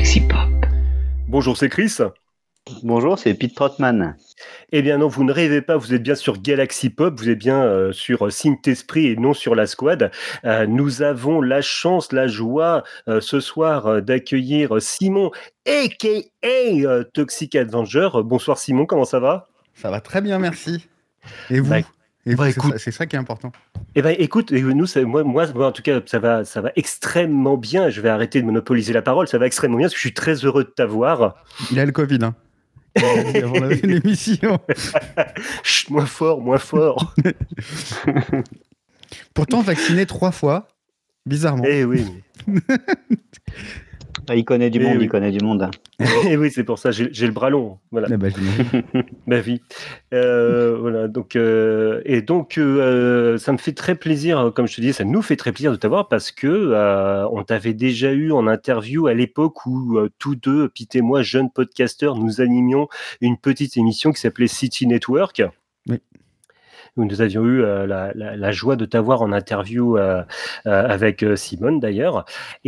Galaxy Pop. Bonjour, c'est Chris. Bonjour, c'est Pete Trotman. Eh bien non, vous ne rêvez pas, vous êtes bien sur Galaxy Pop, vous êtes bien sur Synth-Esprit et non sur la Squad. Nous avons la chance, la joie ce soir d'accueillir Simon, a.k.a. Toxic Avenger. Bonsoir Simon, comment ça va ? Ça va très bien, merci. Et vous ? C'est ça qui est important. Eh ben, écoute, nous, moi, en tout cas, ça va extrêmement bien. Je vais arrêter de monopoliser la parole. Ça va extrêmement bien parce que je suis très heureux de t'avoir. Il a le Covid, hein. Avant l'émission. Chut, moins fort. Pourtant, vacciné 3 fois, bizarrement. Eh oui. Il connaît du monde. Et oui, c'est pour ça, j'ai le bras long. Voilà. Ma vie. Voilà. Donc, ça me fait très plaisir, comme je te disais, ça nous fait très plaisir de t'avoir parce que on t'avait déjà eu en interview à l'époque où tous deux, Pete et moi, jeunes podcasteurs, nous animions une petite émission qui s'appelait City Network. Oui. Où nous avions eu la joie de t'avoir en interview avec Simone d'ailleurs.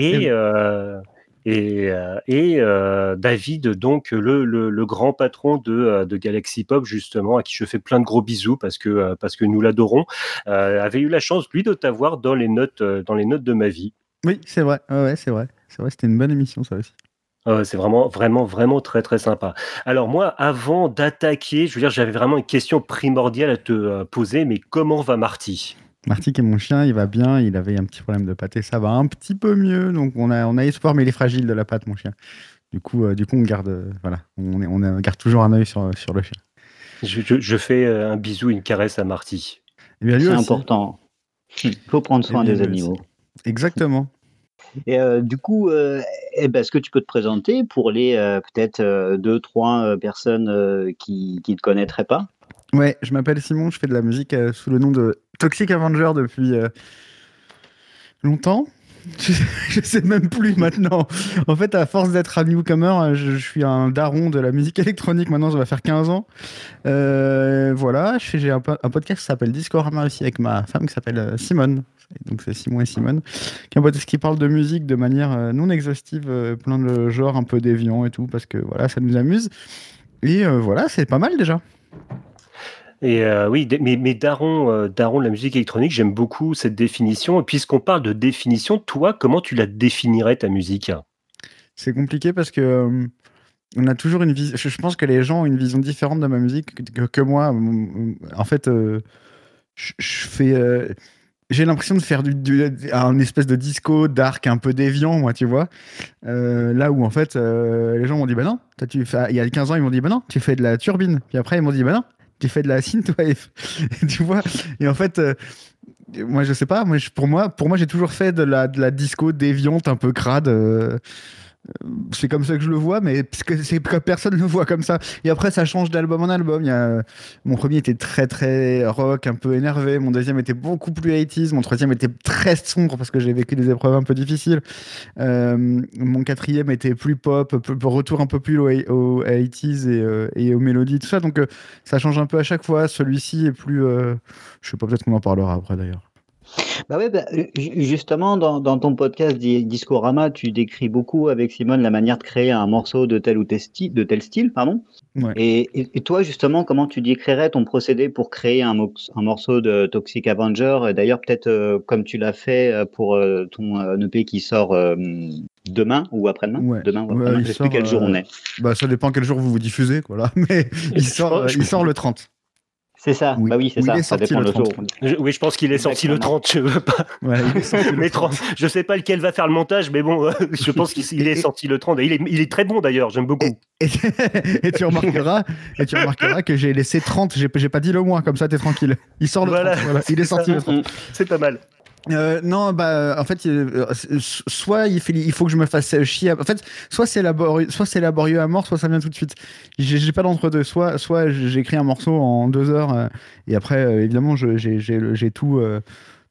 Et David, donc le grand patron de Galaxy Pop, justement, à qui je fais plein de gros bisous parce que nous l'adorons, avait eu la chance, lui, de t'avoir dans les notes de ma vie. Oui, c'est vrai. Ouais, c'est vrai. C'était une bonne émission, ça aussi. C'est vraiment très très sympa. Alors moi, avant d'attaquer, je veux dire, j'avais vraiment une question primordiale à te poser, mais comment va Marty ? Marty, qui est mon chien, il va bien. Il avait un petit problème de pâté, ça va un petit peu mieux. Donc on a espoir, mais il est fragile de la patte, mon chien. Du coup, on garde, on garde toujours un œil sur le chien. Je fais un bisou, une caresse à Marty. C'est important. Il faut prendre soin des animaux. Exactement. Et du coup, est-ce que tu peux te présenter pour les peut-être 2-3 personnes qui ne te connaîtraient pas ? Ouais, je m'appelle Simon, je fais de la musique sous le nom de Toxic Avenger depuis longtemps. Je sais même plus maintenant. En fait, à force d'être un newcomer, je suis un daron de la musique électronique. Maintenant, ça va faire 15 ans. Voilà, j'ai un podcast qui s'appelle Discorama aussi avec ma femme qui s'appelle Simone. Donc c'est Simon et Simone, qui est un podcast qui parle de musique de manière non exhaustive, plein de genres un peu déviants et tout, parce que voilà, ça nous amuse. Et voilà, c'est pas mal déjà. Et oui, mais daron de la musique électronique, j'aime beaucoup cette définition. Et puisqu'on parle de définition, toi, comment tu la définirais, ta musique ? C'est compliqué parce que on a toujours une vision. Je pense que les gens ont une vision différente de ma musique que moi. En fait, je fais. J'ai l'impression de faire un espèce de disco dark un peu déviant, moi, tu vois. Là où, en fait, les gens m'ont dit, bah non, il y a 15 ans, ils m'ont dit, bah non, tu fais de la turbine. Puis après, ils m'ont dit, bah non, tu fais de la synthwave. Tu vois. Et en fait, moi, je sais pas, pour moi, j'ai toujours fait de la disco déviante, un peu crade. C'est comme ça que je le vois, mais parce que personne ne le voit comme ça. Et après, ça change d'album en album. Mon premier était très très rock, un peu énervé. Mon deuxième était beaucoup plus 80s. Mon troisième était très sombre parce que j'ai vécu des épreuves un peu difficiles. Mon quatrième était plus pop, retour un peu plus aux 80s et aux mélodies, tout ça. Donc ça change un peu à chaque fois. Celui-ci est plus... je sais pas, peut-être qu'on en parlera après d'ailleurs. Justement, dans ton podcast Discorama, tu décris beaucoup avec Simone la manière de créer un morceau de tel style. Ouais. Et toi, justement, comment tu décrirais ton procédé pour créer un morceau de Toxic Avenger ? Et d'ailleurs, peut-être comme tu l'as fait pour ton EP qui sort demain ou après-demain. Ouais. Demain ou après-demain, je ne sais plus quel jour on est. Ça dépend quel jour vous diffusez, quoi, mais il sort le 30. C'est ça, oui, c'est ça. Ça dépend le jour. Oui, je pense qu'il est sorti le 30, je veux pas. Ouais, il est sorti le 30. Je sais pas lequel va faire le montage, mais bon, je pense qu'il est sorti le 30. Il est très bon d'ailleurs, j'aime beaucoup. Et tu remarqueras que j'ai laissé 30, j'ai pas dit le mois, comme ça t'es tranquille. Il sort le 30, voilà. Il est sorti le 30. C'est pas mal. Non, en fait, soit il faut que je me fasse chier. En fait, soit c'est laborieux à mort, soit ça vient tout de suite. J'ai pas d'entre-deux. Soit j'écris un morceau en 2 heures et après, évidemment, j'ai tout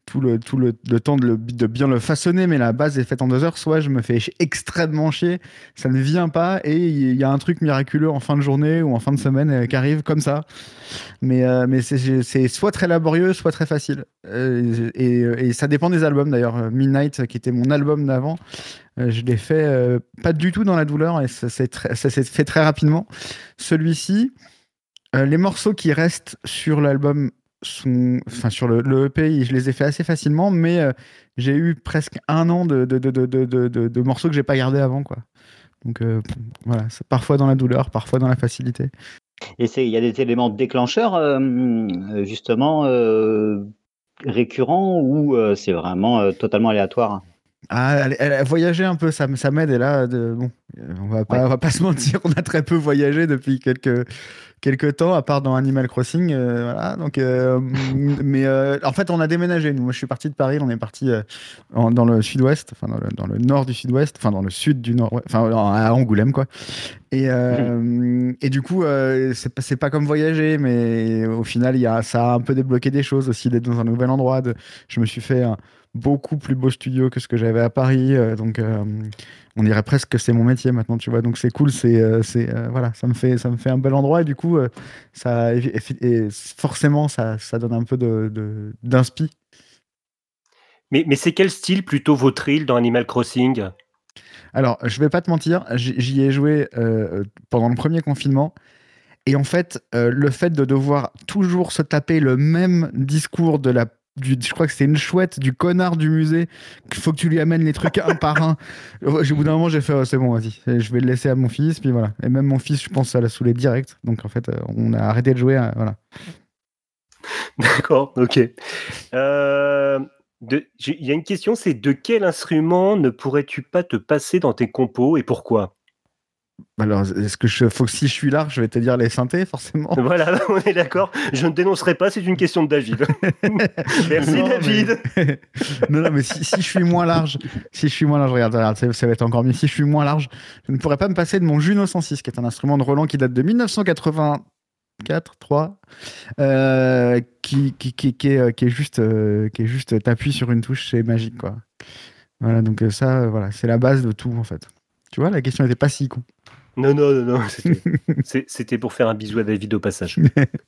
le temps de bien le façonner, mais la base est faite en 2 heures, soit je me fais extrêmement chier, ça ne vient pas, et il y a un truc miraculeux en fin de journée ou en fin de semaine qui arrive comme ça. Mais c'est soit très laborieux, soit très facile. Et ça dépend des albums d'ailleurs. Midnight, qui était mon album d'avant, je l'ai fait pas du tout dans la douleur, et ça s'est fait très rapidement. Celui-ci, les morceaux qui restent sur l'album sur le EP, je les ai fait assez facilement, mais j'ai eu presque 1 an de morceaux que j'ai pas gardés avant, quoi. Donc voilà, c'est parfois dans la douleur, parfois dans la facilité. Et il y a des éléments déclencheurs justement récurrents, ou c'est vraiment totalement aléatoire? Voyager un peu, ça m'aide, et là, bon, on va pas se mentir, on a très peu voyagé depuis quelques temps, à part dans Animal Crossing, voilà. Donc, mais en fait, on a déménagé. Moi, je suis parti de Paris, on est parti dans le sud-ouest, enfin dans le nord du sud-ouest, enfin dans le sud du nord, enfin à Angoulême, quoi. Et du coup, c'est pas comme voyager, mais au final, ça a un peu débloqué des choses aussi, d'être dans un nouvel endroit. Je me suis fait beaucoup plus beau studio que ce que j'avais à Paris, donc on dirait presque que c'est mon métier maintenant, tu vois. Donc c'est cool, voilà, ça me fait un bel endroit, et du coup, forcément, ça donne un peu d'inspi. Mais c'est quel style plutôt votre île dans Animal Crossing? Alors, je vais pas te mentir, j'y ai joué pendant le premier confinement. Et en fait, le fait de devoir toujours se taper le même discours je crois que c'est une chouette, du connard du musée, qu'il faut que tu lui amènes les trucs un par un. Au bout d'un moment, j'ai fait, c'est bon, vas-y, je vais le laisser à mon fils, puis voilà. Et même mon fils, je pense, ça l'a saoulé direct. Donc en fait, on a arrêté de jouer, voilà. D'accord, ok. Il y a une question, c'est de quel instrument ne pourrais-tu pas te passer dans tes compos, et pourquoi? Alors, faut que si je suis large, je vais te dire les synthés, forcément. Voilà, on est d'accord. Je ne dénoncerai pas, c'est une question de David. Merci, non, David. Non, mais si je suis moins large, regarde, ça va être encore mieux. Si je suis moins large, je ne pourrais pas me passer de mon Juno 106, qui est un instrument de Roland qui date de 1984, 3, qui est juste t'appuies sur une touche, c'est magique, quoi. Voilà, donc ça, voilà, c'est la base de tout, en fait. Tu vois, la question n'était pas si con. Non, c'était pour faire un bisou à David au passage.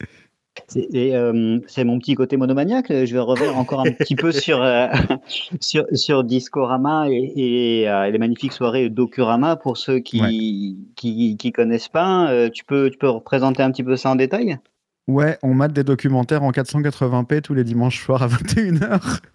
C'est mon petit côté monomaniaque. Je vais revenir encore un petit peu sur Discorama et les magnifiques soirées Docurama pour ceux qui connaissent pas. Tu peux représenter un petit peu ça en détail? Ouais, on mate des documentaires en 480p tous les dimanches soirs à 21h.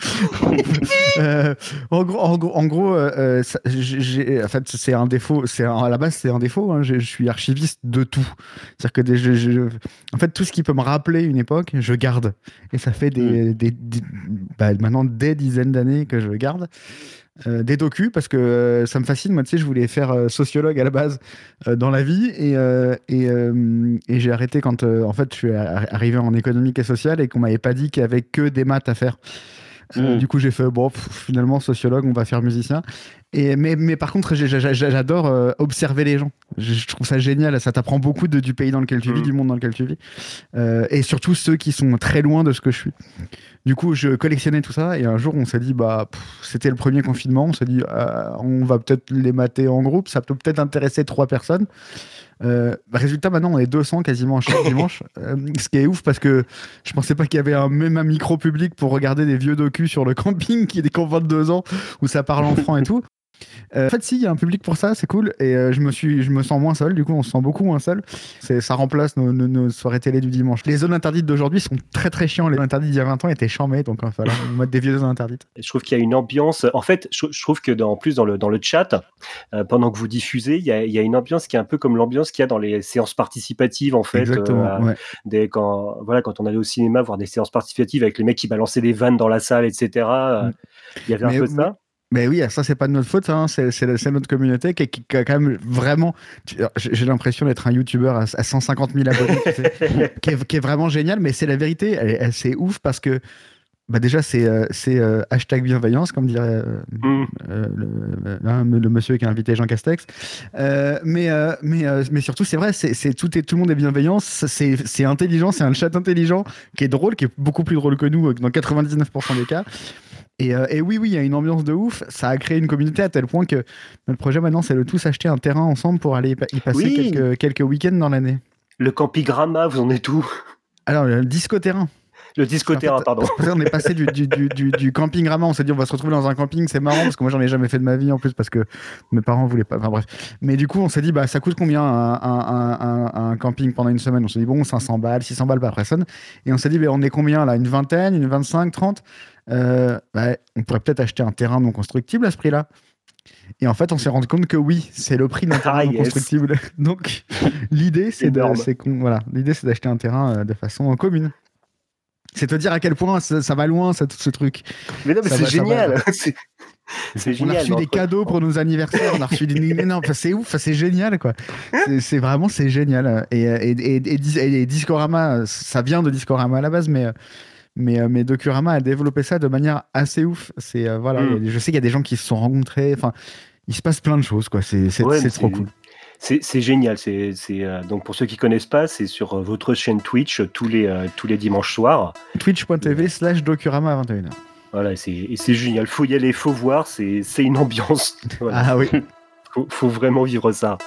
En gros, en fait, c'est un défaut. À la base, c'est un défaut. Hein. Je suis archiviste de tout. C'est-à-dire que en fait, tout ce qui peut me rappeler une époque, je garde. Et ça fait maintenant des dizaines d'années que je garde. Des docus, parce que ça me fascine. Moi, tu sais, je voulais faire sociologue à la base dans la vie, et j'ai arrêté quand en fait je suis arrivé en économique et sociale, et qu'on m'avait pas dit qu'il y avait que des maths à faire. Du coup, j'ai fait finalement sociologue, on va faire musicien. Mais par contre, j'adore observer les gens. Je trouve ça génial. Ça t'apprend beaucoup du pays dans lequel tu vis, du monde dans lequel tu vis, et surtout ceux qui sont très loin de ce que je suis. Du coup, je collectionnais tout ça, et un jour, on s'est dit, c'était le premier confinement, on s'est dit, on va peut-être les mater en groupe, ça peut peut-être intéresser 3 personnes. Résultat, maintenant, on est 200 quasiment chaque dimanche, ce qui est ouf, parce que je pensais pas qu'il y avait même un micro public pour regarder des vieux docus sur le camping qui est des camps 22 ans où ça parle en franc et tout. En fait, si, il y a un public pour ça, c'est cool, et je me sens moins seul. Du coup, on se sent beaucoup moins seul. Ça remplace nos soirées télé du dimanche. Les zones interdites d'aujourd'hui sont très très chiants. Les zones interdites d'il y a 20 ans étaient chambées, donc voilà, on met des vieux zones interdites. Je trouve qu'il y a une ambiance. En fait, je trouve que en plus dans le chat, pendant que vous diffusez, il y a une ambiance qui est un peu comme l'ambiance qu'il y a dans les séances participatives, en fait. Exactement. Ouais. Quand on allait au cinéma voir des séances participatives avec les mecs qui balançaient des vannes dans la salle, etc. Il y avait un peu de ça. Mais oui, ça, c'est pas de notre faute, hein. C'est notre communauté qui a quand même vraiment. J'ai l'impression d'être un YouTuber à 150 000 abonnés, qui est vraiment génial, mais c'est la vérité. C'est ouf, parce que Bah déjà, c'est hashtag bienveillance, comme dirait le monsieur qui a invité Jean Castex. Mais surtout, c'est vrai, tout le monde est bienveillant, c'est intelligent, c'est un chat intelligent qui est drôle, qui est beaucoup plus drôle que nous dans 99% des cas. Et oui, il y a une ambiance de ouf. Ça a créé une communauté à tel point que notre projet maintenant, c'est de tous acheter un terrain ensemble pour aller y passer quelques week-ends dans l'année. Le campigramma, vous en êtes où? Alors, le disco-terrain. Le disco-terrain, pardon. On est passé du camping-rama, on s'est dit on va se retrouver dans un camping, c'est marrant parce que moi j'en ai jamais fait de ma vie en plus parce que mes parents voulaient pas. Enfin bref. Mais du coup on s'est dit ça coûte combien un camping pendant une semaine? On s'est dit bon 500 balles, 600 balles par personne. Et on s'est dit on est combien là? Une vingtaine, une 25, 30 on pourrait peut-être acheter un terrain non constructible à ce prix-là. Et en fait, on s'est rendu compte que oui, c'est le prix d'un terrain non constructible. Donc, l'idée, c'est d'acheter un terrain de façon commune. C'est te dire à quel point ça va loin, ce truc. Mais non, mais c'est génial. C'est génial. On a reçu des cadeaux pour nos anniversaires, on a reçu des... Non, c'est ouf, c'est génial, quoi. C'est vraiment, c'est génial. Et Discorama, ça vient de Discorama à la base, mais Docurama a développé ça de manière assez ouf. Je sais qu'il y a des gens qui se sont rencontrés. Enfin, il se passe plein de choses, quoi. C'est trop cool. C'est génial. Donc pour ceux qui connaissent pas, c'est sur votre chaîne Twitch tous les dimanches soirs. Twitch.tv/Docurama à 21h. Voilà, c'est génial. Faut y aller, faut voir. C'est une ambiance. Voilà. Ah oui. faut vraiment vivre ça.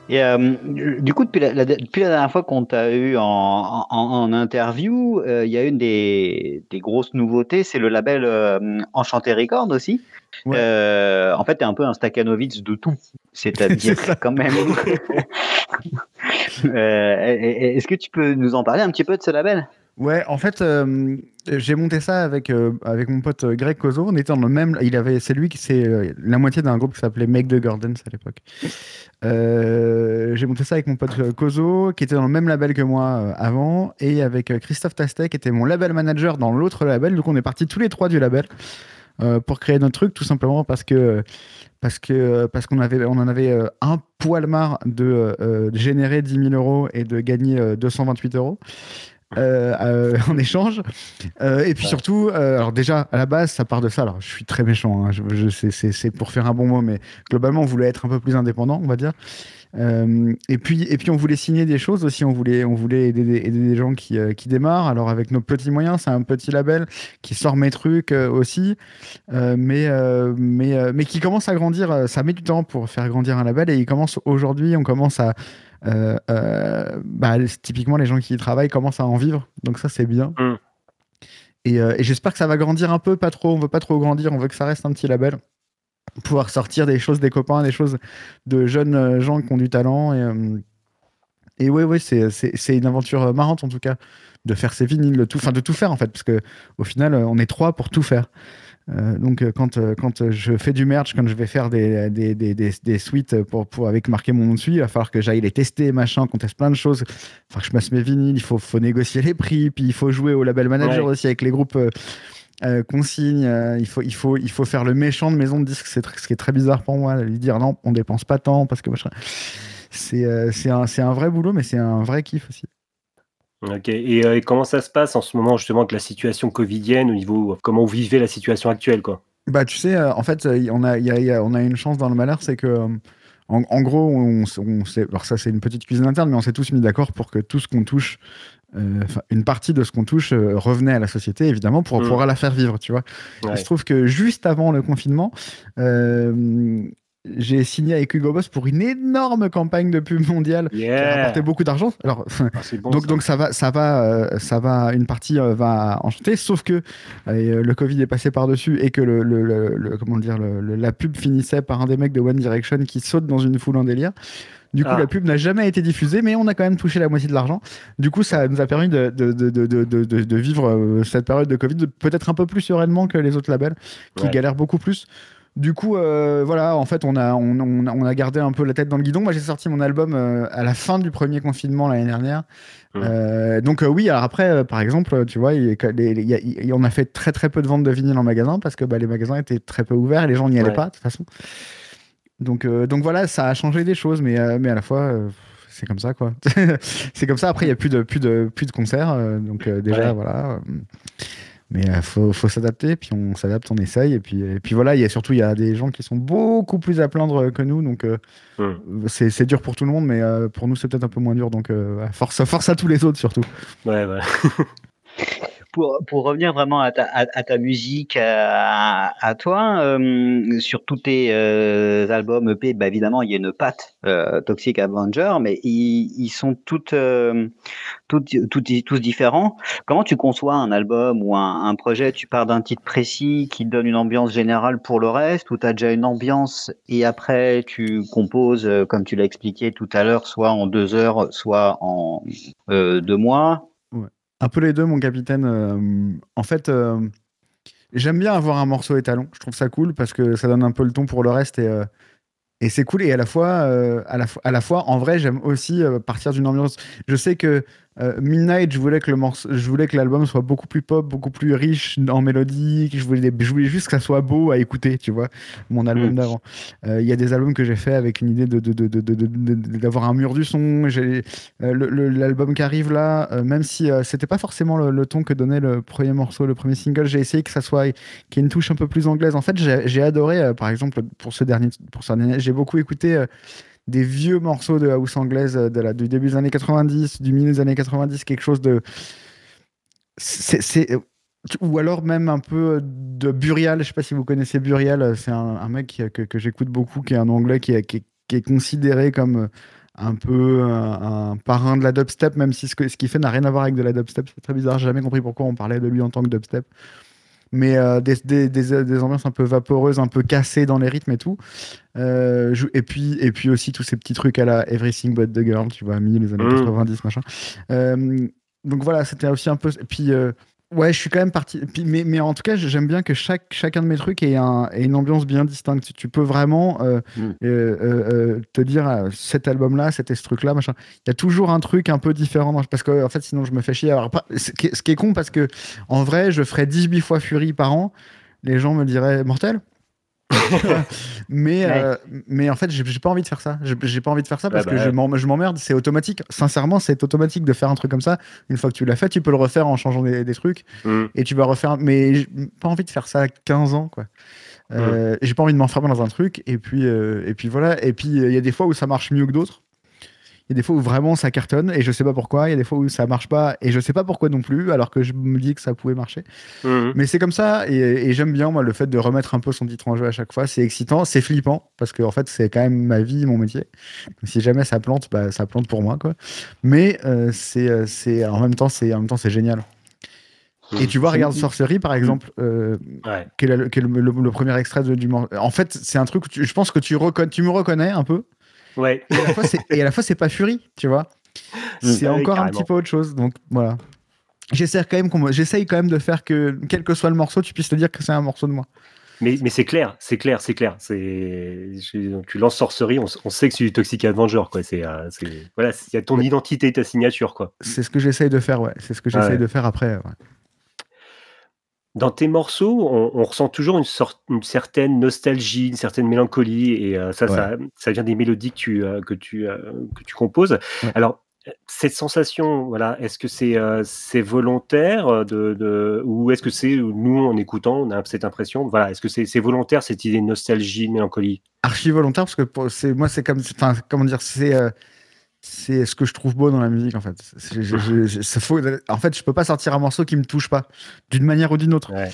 Et du coup, depuis la dernière fois qu'on t'a eu en interview, il y a une des grosses nouveautés, c'est le label Enchanté Records aussi. Ouais. En fait, t'es un peu un Stakhanovitch de tout. C'est-à-dire C'est ça. quand même. Est-ce que tu peux nous en parler un petit peu de ce label? Ouais, en fait, j'ai monté ça avec mon pote Greg Kozo. On était dans le même. C'est lui qui c'est la moitié d'un groupe qui s'appelait Make the Gardens à l'époque. J'ai monté ça avec mon pote Kozo, qui était dans le même label que moi avant, et avec Christophe Tastet, qui était mon label manager dans l'autre label. Donc on est partis tous les trois du label pour créer notre truc, tout simplement parce qu'on en avait un poil marre de générer 10 000 euros et de gagner 228 euros. En échange. Et puis surtout, alors déjà, à la base, ça part de ça. Alors, je suis très méchant, hein, c'est pour faire un bon mot, mais globalement, on voulait être un peu plus indépendant, on va dire. Et puis, on voulait signer des choses aussi. On voulait aider des gens qui démarrent. Alors, avec nos petits moyens, c'est un petit label qui sort mes trucs aussi, mais qui commence à grandir. Ça met du temps pour faire grandir un label, et on commence à typiquement, les gens qui y travaillent commencent à en vivre, donc ça c'est bien. Et j'espère que ça va grandir un peu, pas trop. On veut pas trop grandir, on veut que ça reste un petit label, pouvoir sortir des choses des copains, des choses de jeunes gens qui ont du talent. Et ouais, c'est une aventure marrante en tout cas, de faire ces vinyles, de tout faire en fait, parce que au final, on est trois pour tout faire. Donc quand je fais du merch, quand je vais faire des suites avec marqué mon nom dessus, il va falloir que j'aille les tester, machin, qu'on teste plein de choses. Il va falloir que je passe mes vinyles, il faut négocier les prix, puis il faut jouer au label manager aussi avec les groupes consignes. Il faut faire le méchant de maison de disques, ce qui est très bizarre pour moi, lui dire non, on dépense pas tant parce que machin. C'est un vrai boulot, mais c'est un vrai kiff aussi. Ok. Et comment ça se passe en ce moment, justement, avec la situation covidienne, au niveau comment vous vivez la situation actuelle, quoi? Bah, tu sais, en fait, on a une chance dans le malheur, c'est que, en gros, on s'est, alors ça, c'est une petite cuisine interne, mais on s'est tous mis d'accord pour que tout ce qu'on touche, une partie de ce qu'on touche, revenait à la société, évidemment, pour pouvoir la faire vivre, tu vois. Il se trouve que juste avant le confinement, j'ai signé avec Hugo Boss pour une énorme campagne de pub mondiale qui a rapporté beaucoup d'argent. Alors, bon, donc ça va, une partie va enchanter, sauf que le Covid est passé par-dessus et que la pub finissait par un des mecs de One Direction qui saute dans une foule en délire. Du coup, la pub n'a jamais été diffusée, mais on a quand même touché la moitié de l'argent. Du coup, ça nous a permis de vivre cette période de Covid peut-être un peu plus sereinement que les autres labels qui galèrent beaucoup plus. Du coup, voilà, en fait, on a gardé un peu la tête dans le guidon. Moi, j'ai sorti mon album à la fin du premier confinement l'année dernière. Donc oui, alors après, par exemple, tu vois, on a fait très très peu de ventes de vinyle en magasin parce que les magasins étaient très peu ouverts et les gens n'y allaient pas de toute façon. Donc voilà, ça a changé des choses, mais à la fois, c'est comme ça, quoi. C'est comme ça. Après, il n'y a plus de concerts, donc déjà, voilà. Mais faut s'adapter, puis on s'adapte, on essaye, et puis voilà, il y a des gens qui sont beaucoup plus à plaindre que nous, donc c'est dur pour tout le monde, mais pour nous c'est peut-être un peu moins dur, donc force à tous les autres surtout. Ouais. Pour revenir vraiment à ta musique, à toi, sur tous tes albums EP, évidemment, il y a une patte Toxic Avenger, mais ils sont tous différents. Comment tu conçois un album ou un projet? Tu pars d'un titre précis qui donne une ambiance générale pour le reste, ou tu as déjà une ambiance et après tu composes, comme tu l'as expliqué tout à l'heure, soit en 2 heures, soit en 2 mois? Un peu les deux, mon capitaine. En fait, j'aime bien avoir un morceau étalon. Je trouve ça cool parce que ça donne un peu le ton pour le reste et c'est cool. Et à la fois, en vrai, j'aime aussi partir d'une ambiance. Je sais que Midnight, je voulais que l'album soit beaucoup plus pop, beaucoup plus riche en mélodie. Je voulais juste que ça soit beau à écouter, tu vois, mon album d'avant. Il y a des albums que j'ai fait avec une idée d'avoir un mur du son. L'album qui arrive là, même si c'était pas forcément le ton que donnait le premier morceau, le premier single, j'ai essayé que ça soit, qu'il y ait une touche un peu plus anglaise. En fait, j'ai adoré, par exemple, pour ce dernier, j'ai beaucoup écouté des vieux morceaux de house anglaise du début des années 90, du milieu des années 90, quelque chose de... Ou alors même un peu de Burial, je sais pas si vous connaissez Burial, c'est un mec que j'écoute beaucoup, qui est un anglais qui est considéré comme un peu un parrain de la dubstep, même si ce qu'il fait n'a rien à voir avec de la dubstep. C'est très bizarre, j'ai jamais compris pourquoi on parlait de lui en tant que dubstep. Mais des ambiances un peu vaporeuses, un peu cassées dans les rythmes et tout. Et puis aussi tous ces petits trucs à la Everything But The Girl, tu vois, les années 90, machin. Donc voilà, c'était aussi un peu... Et puis, ouais, je suis quand même parti... Mais en tout cas, j'aime bien que chacun de mes trucs ait une ambiance bien distincte. Tu peux vraiment te dire, cet album-là, c'était ce truc-là, machin. Il y a toujours un truc un peu différent, parce que en fait, sinon, je me fais chier. Alors, ce qui est con, parce que en vrai, je ferais 18 fois Fury par an. Les gens me diraient, mortel. mais en fait j'ai pas envie de faire ça, j'ai pas envie de faire ça parce que je m'emmerde, c'est automatique, sincèrement c'est automatique de faire un truc comme ça. Une fois que tu l'as fait, tu peux le refaire en changeant des trucs et tu vas refaire, mais j'ai pas envie de faire ça à 15 ans quoi. J'ai pas envie de m'enfermer dans un truc et puis voilà, et puis il y a des fois où ça marche mieux que d'autres. Il y a des fois où vraiment ça cartonne et je sais pas pourquoi. Il y a des fois où ça marche pas et je sais pas pourquoi non plus, alors que je me dis que ça pouvait marcher. Mais c'est comme ça et j'aime bien, moi, le fait de remettre un peu son titre en jeu à chaque fois. C'est excitant, c'est flippant parce que en fait, c'est quand même ma vie, mon métier. Si jamais ça plante, bah, ça plante pour moi, quoi. Mais en même temps, c'est génial. Et tu vois, regarde Sorcery, par exemple, qui est le premier extrait du morceau. En fait, c'est un truc, je pense que tu me reconnais un peu. Ouais. Et à la fois, c'est pas Fury, tu vois. C'est encore un petit peu autre chose. Donc voilà. J'essaye quand même de faire que, quel que soit le morceau, tu puisses te dire que c'est un morceau de moi. Mais c'est clair. Tu lances Sorcery, on sait que c'est du Toxic Avenger, quoi. Voilà, il y a ton identité, ta signature, quoi. C'est ce que j'essaye de faire, ouais. C'est ce que j'essaye de faire après, ouais. Dans tes morceaux, on ressent toujours une certaine nostalgie, une certaine mélancolie, et ça vient des mélodies que tu composes. Ouais. Alors, cette sensation, voilà, est-ce que c'est volontaire ou est-ce que c'est nous, en écoutant, on a cette impression, voilà, est-ce que c'est volontaire, cette idée de nostalgie, de mélancolie? Archi volontaire, parce que comment dire, c'est ce que je trouve beau dans la musique, en fait. En fait, je peux pas sortir un morceau qui me touche pas, d'une manière ou d'une autre. Ouais.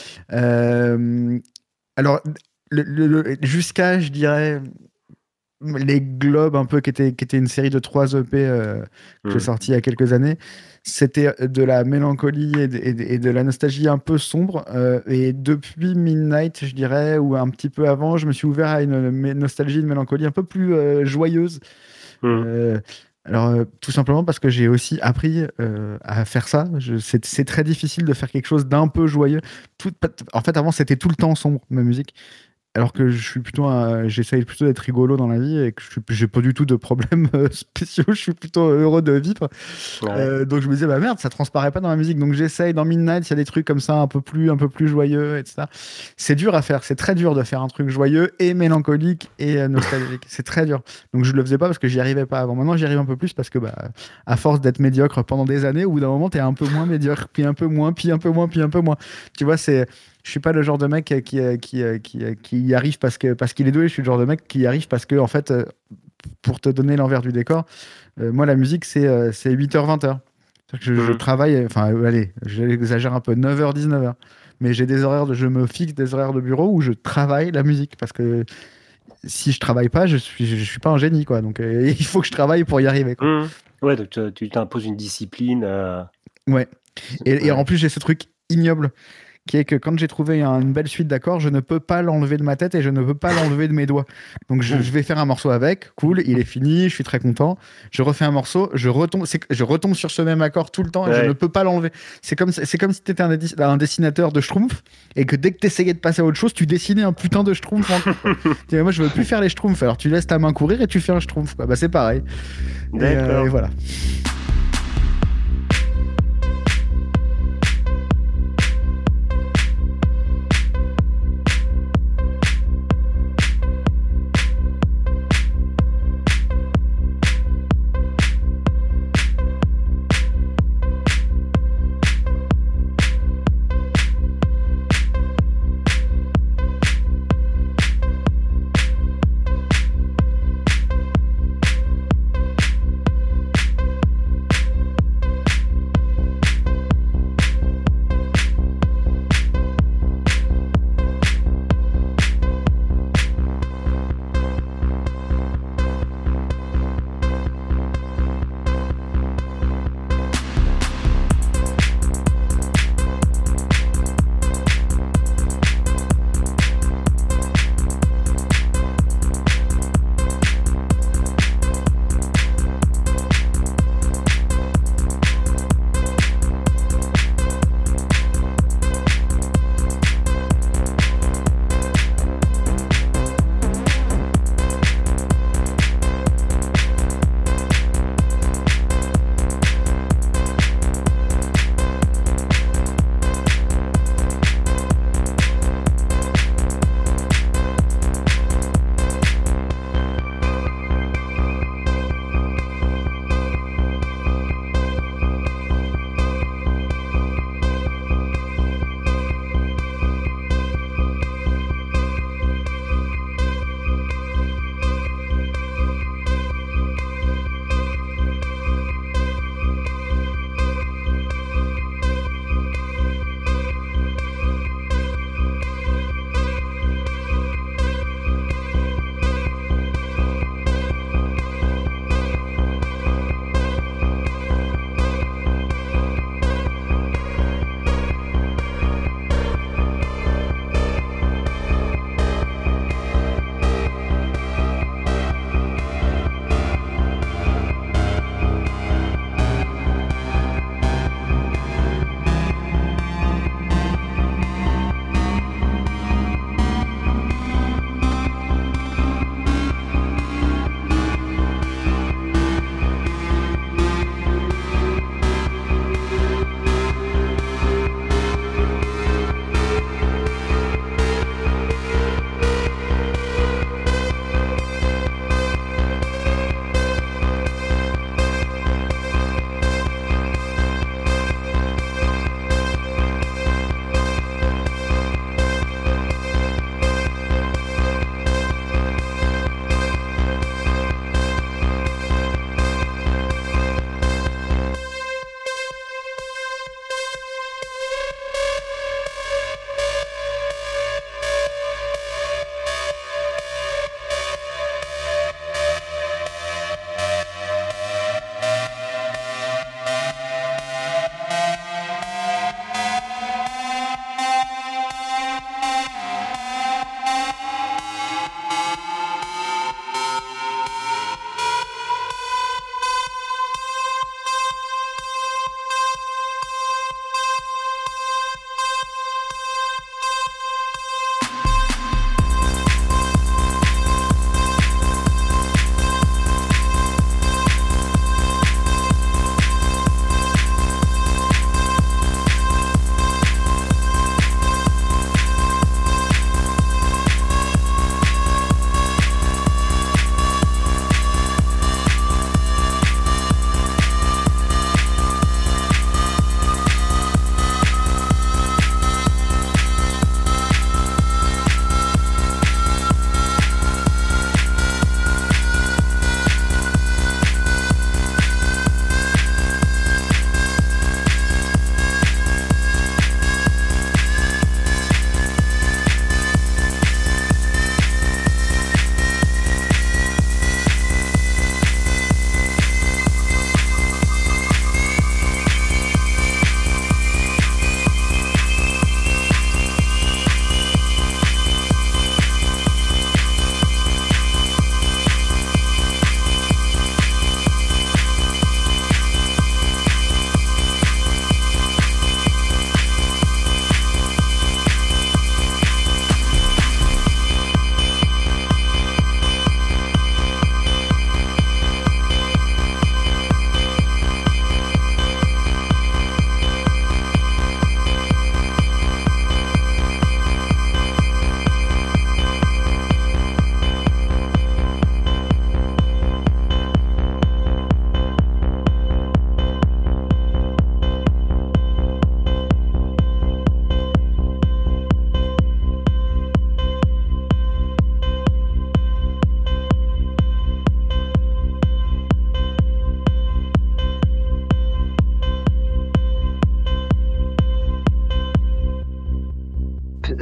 Alors, jusqu'à, je dirais, les Globes, un peu, qui était une série de 3 EP que j'ai sorti il y a quelques années, c'était de la mélancolie et de la nostalgie un peu sombre. Et depuis Midnight, je dirais, ou un petit peu avant, je me suis ouvert à une nostalgie, une mélancolie un peu plus joyeuse. Alors, tout simplement parce que j'ai aussi appris à faire ça. C'est très difficile de faire quelque chose d'un peu joyeux. En fait, avant, c'était tout le temps sombre, ma musique. Alors que j'essaye plutôt d'être rigolo dans la vie et que j'ai pas du tout de problèmes spéciaux. Je suis plutôt heureux de vivre. Ouais. Donc je me disais, bah merde, ça transparaît pas dans ma musique. Donc j'essaye, dans Midnight, il y a des trucs comme ça, un peu plus joyeux, etc. C'est dur à faire. C'est très dur de faire un truc joyeux et mélancolique et nostalgique. C'est très dur. Donc je le faisais pas parce que j'y arrivais pas avant. Maintenant, j'y arrive un peu plus parce que, à force d'être médiocre pendant des années, au bout d'un moment, t'es un peu moins médiocre, puis un peu moins, puis un peu moins, puis un peu moins. Tu vois, je suis pas le genre de mec qui y arrive parce qu'il est doué. Je suis le genre de mec qui y arrive parce que, en fait, pour te donner l'envers du décor, moi, la musique, c'est 8h, 20h. Je travaille, enfin, allez, j'exagère un peu, 9h, 19h. Mais je me fixe des horaires de bureau où je travaille la musique parce que si je travaille pas, je suis pas un génie, quoi. Donc, il faut que je travaille pour y arriver, quoi. Ouais, donc tu t'imposes une discipline. Ouais. Et en plus, j'ai ce truc ignoble qui est que quand j'ai trouvé une belle suite d'accords, je ne peux pas l'enlever de ma tête et je ne peux pas l'enlever de mes doigts. Donc je vais faire un morceau avec, cool, il est fini, je suis très content. Je refais un morceau, je retombe sur ce même accord tout le temps et je ne peux pas l'enlever. C'est comme si tu étais un dessinateur de Schtroumpf et que dès que tu essayais de passer à autre chose, tu dessinais un putain de Schtroumpf. Moi, je veux plus faire les Schtroumpfs. Alors tu laisses ta main courir et tu fais un Schtroumpf, quoi. Bah, c'est pareil. D'accord. Et voilà.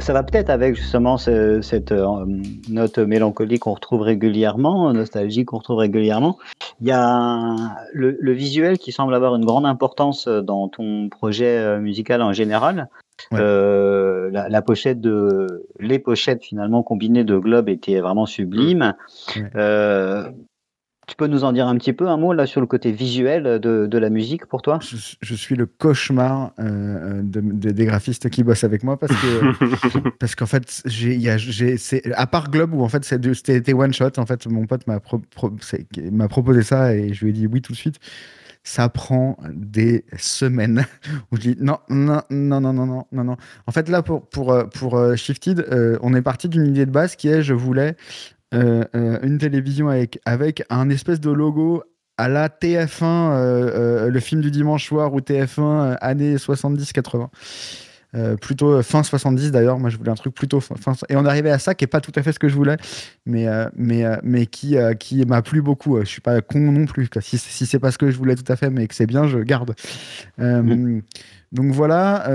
ça va peut-être avec justement cette note mélancolique qu'on retrouve régulièrement, nostalgie qu'on retrouve régulièrement. Il y a le visuel qui semble avoir une grande importance dans ton projet musical en général. Ouais. La pochette les pochettes finalement combinées de Globe étaient vraiment sublimes. Ouais. Tu peux nous en dire un petit peu, un mot là sur le côté visuel de la musique pour toi? Je suis le cauchemar des graphistes qui bossent avec moi parce qu'en fait, à part Globe où en fait c'était one shot, en fait, mon pote m'a proposé ça et je lui ai dit oui tout de suite. Ça prend des semaines où je dis non. En fait, là, pour Shifted, on est parti d'une idée de base qui est je voulais une télévision avec un espèce de logo à la TF1, le film du dimanche soir ou TF1 années 70-80. Plutôt fin 70 d'ailleurs, moi je voulais un truc plutôt fin, et on arrivait à ça qui est pas tout à fait ce que je voulais, mais qui m'a plu beaucoup. Je suis pas con non plus, si c'est pas ce que je voulais tout à fait, mais que c'est bien, je garde. Donc voilà,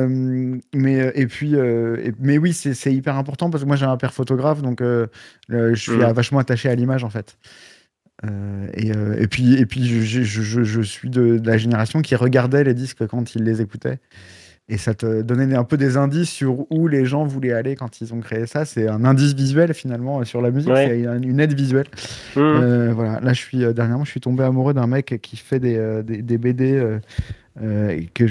mais oui, c'est hyper important parce que moi j'ai un père photographe, donc je suis vachement attaché à l'image en fait. Et puis je suis de la génération qui regardait les disques quand ils les écoutaient. Et ça te donnait un peu des indices sur où les gens voulaient aller quand ils ont créé ça. C'est un indice visuel finalement sur la musique, c'est une aide visuelle. Voilà. Là, dernièrement, je suis tombé amoureux d'un mec qui fait des BD que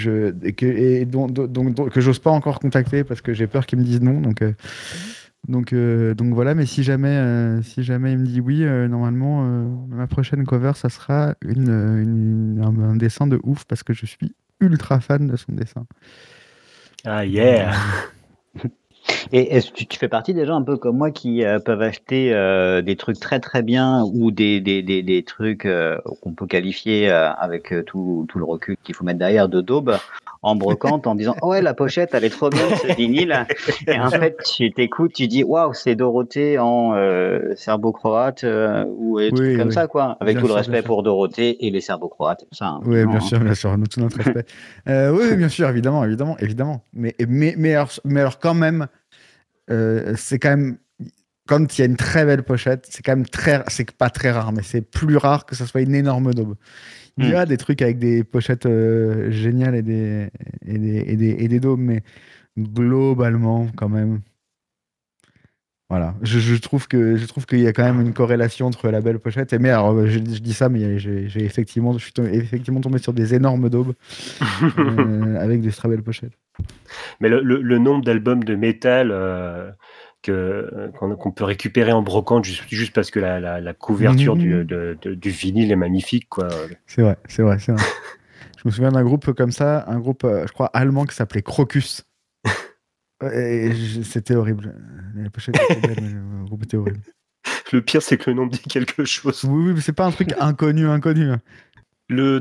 j'ose pas encore contacter parce que j'ai peur qu'il me dise non. Donc voilà. Mais si jamais il me dit oui, normalement, ma prochaine cover, ça sera un dessin de ouf parce que je suis ultra fan de son dessin. Ah yeah. Et est-ce que tu fais partie des gens un peu comme moi qui peuvent acheter des trucs très très bien ou des trucs qu'on peut qualifier avec tout le recul qu'il faut mettre derrière de daube en brocante en disant oh ouais la pochette elle est trop bien ce vinyle et en fait tu t'écoutes tu dis waouh c'est Dorothée en serbo-croate ou des trucs comme ça quoi avec bien tout sûr, le respect pour Dorothée et les serbo-croates ça, hein, oui bien sûr tout notre respect oui bien sûr évidemment mais alors quand même c'est quand même quand il y a une très belle pochette c'est quand même c'est pas très rare mais c'est plus rare que ça soit une énorme daube. Il y a des trucs avec des pochettes géniales et des daubes, mais globalement, quand même. Voilà. Je trouve qu'il y a quand même une corrélation entre la belle pochette. Mais alors, je dis ça, mais je suis effectivement tombé sur des énormes daubes avec des très belles pochettes. Mais le nombre d'albums de métal qu'on peut récupérer en brocante juste parce que la couverture du vinyle est magnifique, quoi. C'est vrai. Je me souviens d'un groupe comme ça, un groupe, je crois, allemand qui s'appelait Crocus. C'était horrible. La pochette était belle, mais le groupe était horrible. Le pire, c'est que le nom dit quelque chose. Oui, mais c'est pas un truc inconnu. Le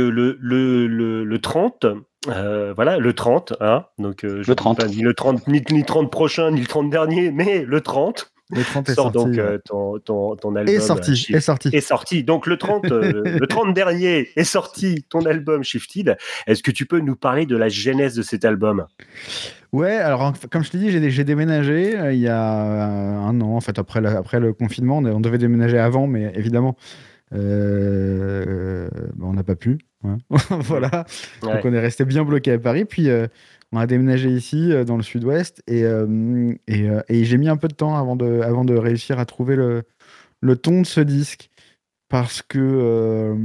30, voilà, le 30, hein, donc je ne dis pas ni le 30, ni 30 prochain, ni le 30 dernier, mais le 30. Le 30 est sort sorti. Donc ton album. Est sorti. Donc le 30 dernier est sorti ton album Shifted. Est-ce que tu peux nous parler de la genèse de cet album ? Ouais, alors comme je t'ai dit, j'ai déménagé il y a un an, en fait, après le confinement. On devait déménager avant, mais évidemment, on n'a pas pu. Hein. Voilà. Ouais. Donc on est resté bien bloqué à Paris. Puis on a déménagé ici, dans le sud-ouest, et j'ai mis un peu de temps avant de réussir à trouver le ton de ce disque. Parce que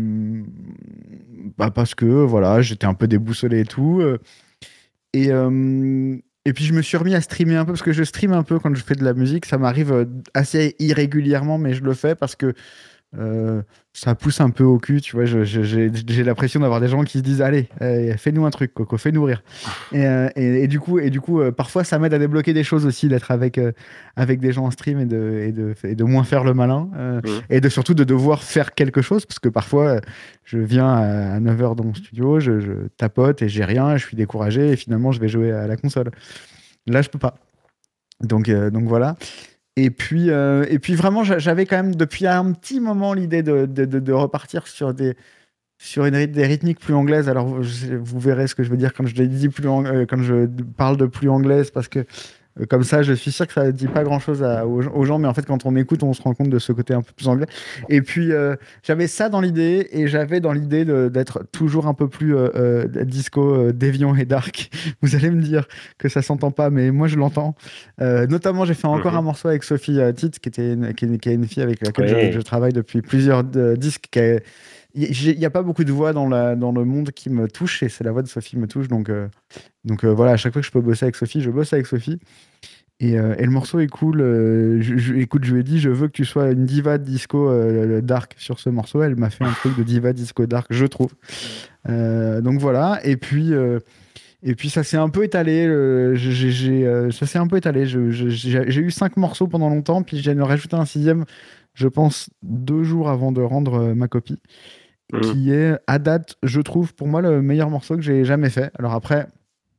voilà, j'étais un peu déboussolé et tout. Et puis je me suis remis à streamer un peu parce que je stream un peu quand je fais de la musique. Ça m'arrive assez irrégulièrement, mais je le fais parce que ça pousse un peu au cul, tu vois. J'ai l'impression d'avoir des gens qui se disent allez, fais-nous un truc, Coco, fais-nous rire. Et du coup, parfois ça m'aide à débloquer des choses aussi, d'être avec des gens en stream et de moins faire le malin et surtout de devoir faire quelque chose parce que parfois je viens à 9h dans mon studio, je tapote et j'ai rien, je suis découragé et finalement je vais jouer à la console. Là, je peux pas. Donc voilà. Et puis vraiment, j'avais quand même depuis un petit moment l'idée de repartir sur des rythmiques plus anglaises. Alors, vous verrez ce que je veux dire quand je dis quand je parle de plus anglaise, parce que Comme ça, je suis sûr que ça ne dit pas grand-chose aux gens, mais en fait, quand on écoute, on se rend compte de ce côté un peu plus anglais. Et puis, j'avais ça dans l'idée, et j'avais dans l'idée d'être toujours un peu plus disco, déviant et dark. Vous allez me dire que ça s'entend pas, mais moi, je l'entends. Notamment, j'ai fait encore un morceau avec Sophie Tite, qui est une fille avec laquelle je travaille depuis plusieurs disques. Il n'y a pas beaucoup de voix dans le monde qui me touche, et c'est la voix de Sophie qui me touche. Donc voilà, à chaque fois que je peux bosser avec Sophie, je bosse avec Sophie. Et le morceau est cool. Écoute, je lui ai dit, je veux que tu sois une diva disco dark sur ce morceau. Elle m'a fait un truc de diva disco dark, je trouve. Donc voilà. Et puis ça s'est un peu étalé. Ça s'est un peu étalé. J'ai eu 5 morceaux pendant longtemps, puis j'ai rajouté un 6e, je pense, 2 jours avant de rendre ma copie, qui est, à date, je trouve, pour moi, le meilleur morceau que j'ai jamais fait. Alors après...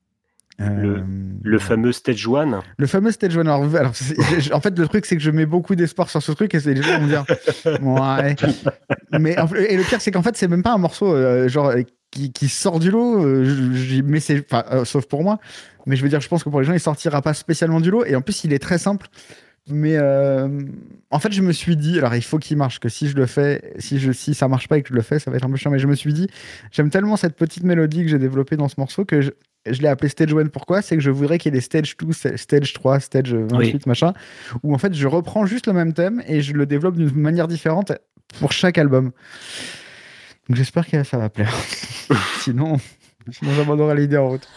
Le fameux Stage 1. Le fameux Stage 1. Alors, en fait, le truc, c'est que je mets beaucoup d'espoir sur ce truc, et les gens vont me dire ouais. Et le pire, c'est qu'en fait, c'est même pas un morceau qui sort du lot. Mais c'est, sauf pour moi. Mais je veux dire, je pense que pour les gens, il sortira pas spécialement du lot. Et en plus, il est très simple. Mais en fait, je me suis dit, alors il faut qu'il marche, que si je le fais, si ça marche pas et que je le fais, ça va être un peu chiant. Mais je me suis dit, j'aime tellement cette petite mélodie que j'ai développée dans ce morceau que je l'ai appelé Stage 1. Pourquoi ? C'est que je voudrais qu'il y ait des Stage 2, Stage 3, Stage 28, machin, où en fait je reprends juste le même thème et je le développe d'une manière différente pour chaque album. Donc j'espère que ça va plaire. Sinon j'abandonnerai l'idée en route.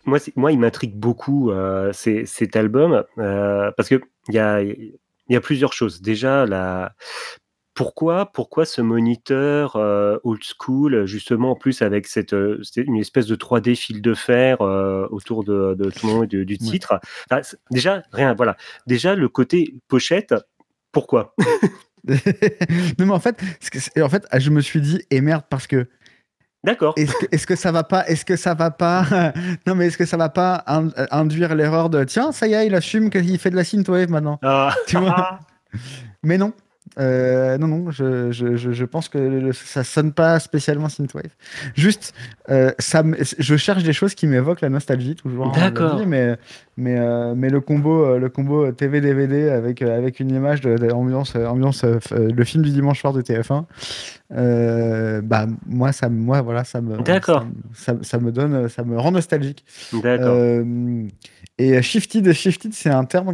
moi, il m'intrigue beaucoup cet album parce que il y a plusieurs choses. Déjà, pourquoi ce moniteur old school, justement, en plus avec c'était une espèce de 3D fil de fer autour de tout le monde et du titre. Enfin, déjà, rien, voilà. Déjà, le côté pochette, pourquoi? Non, mais en fait, je me suis dit, et merde, parce que. D'accord. Est-ce que ça va pas non, mais est-ce que ça va pas induire l'erreur de tiens, ça y est, il assume qu'il fait de la synthwave maintenant. Tu vois. Mais non. Non, je pense que ça sonne pas spécialement synthwave. Juste, je cherche des choses qui m'évoquent la nostalgie toujours. D'accord. Mais le combo TV DVD avec une image de ambiance le film du dimanche soir de TF1. Moi ça me rend nostalgique. D'accord. Et shifted, c'est un terme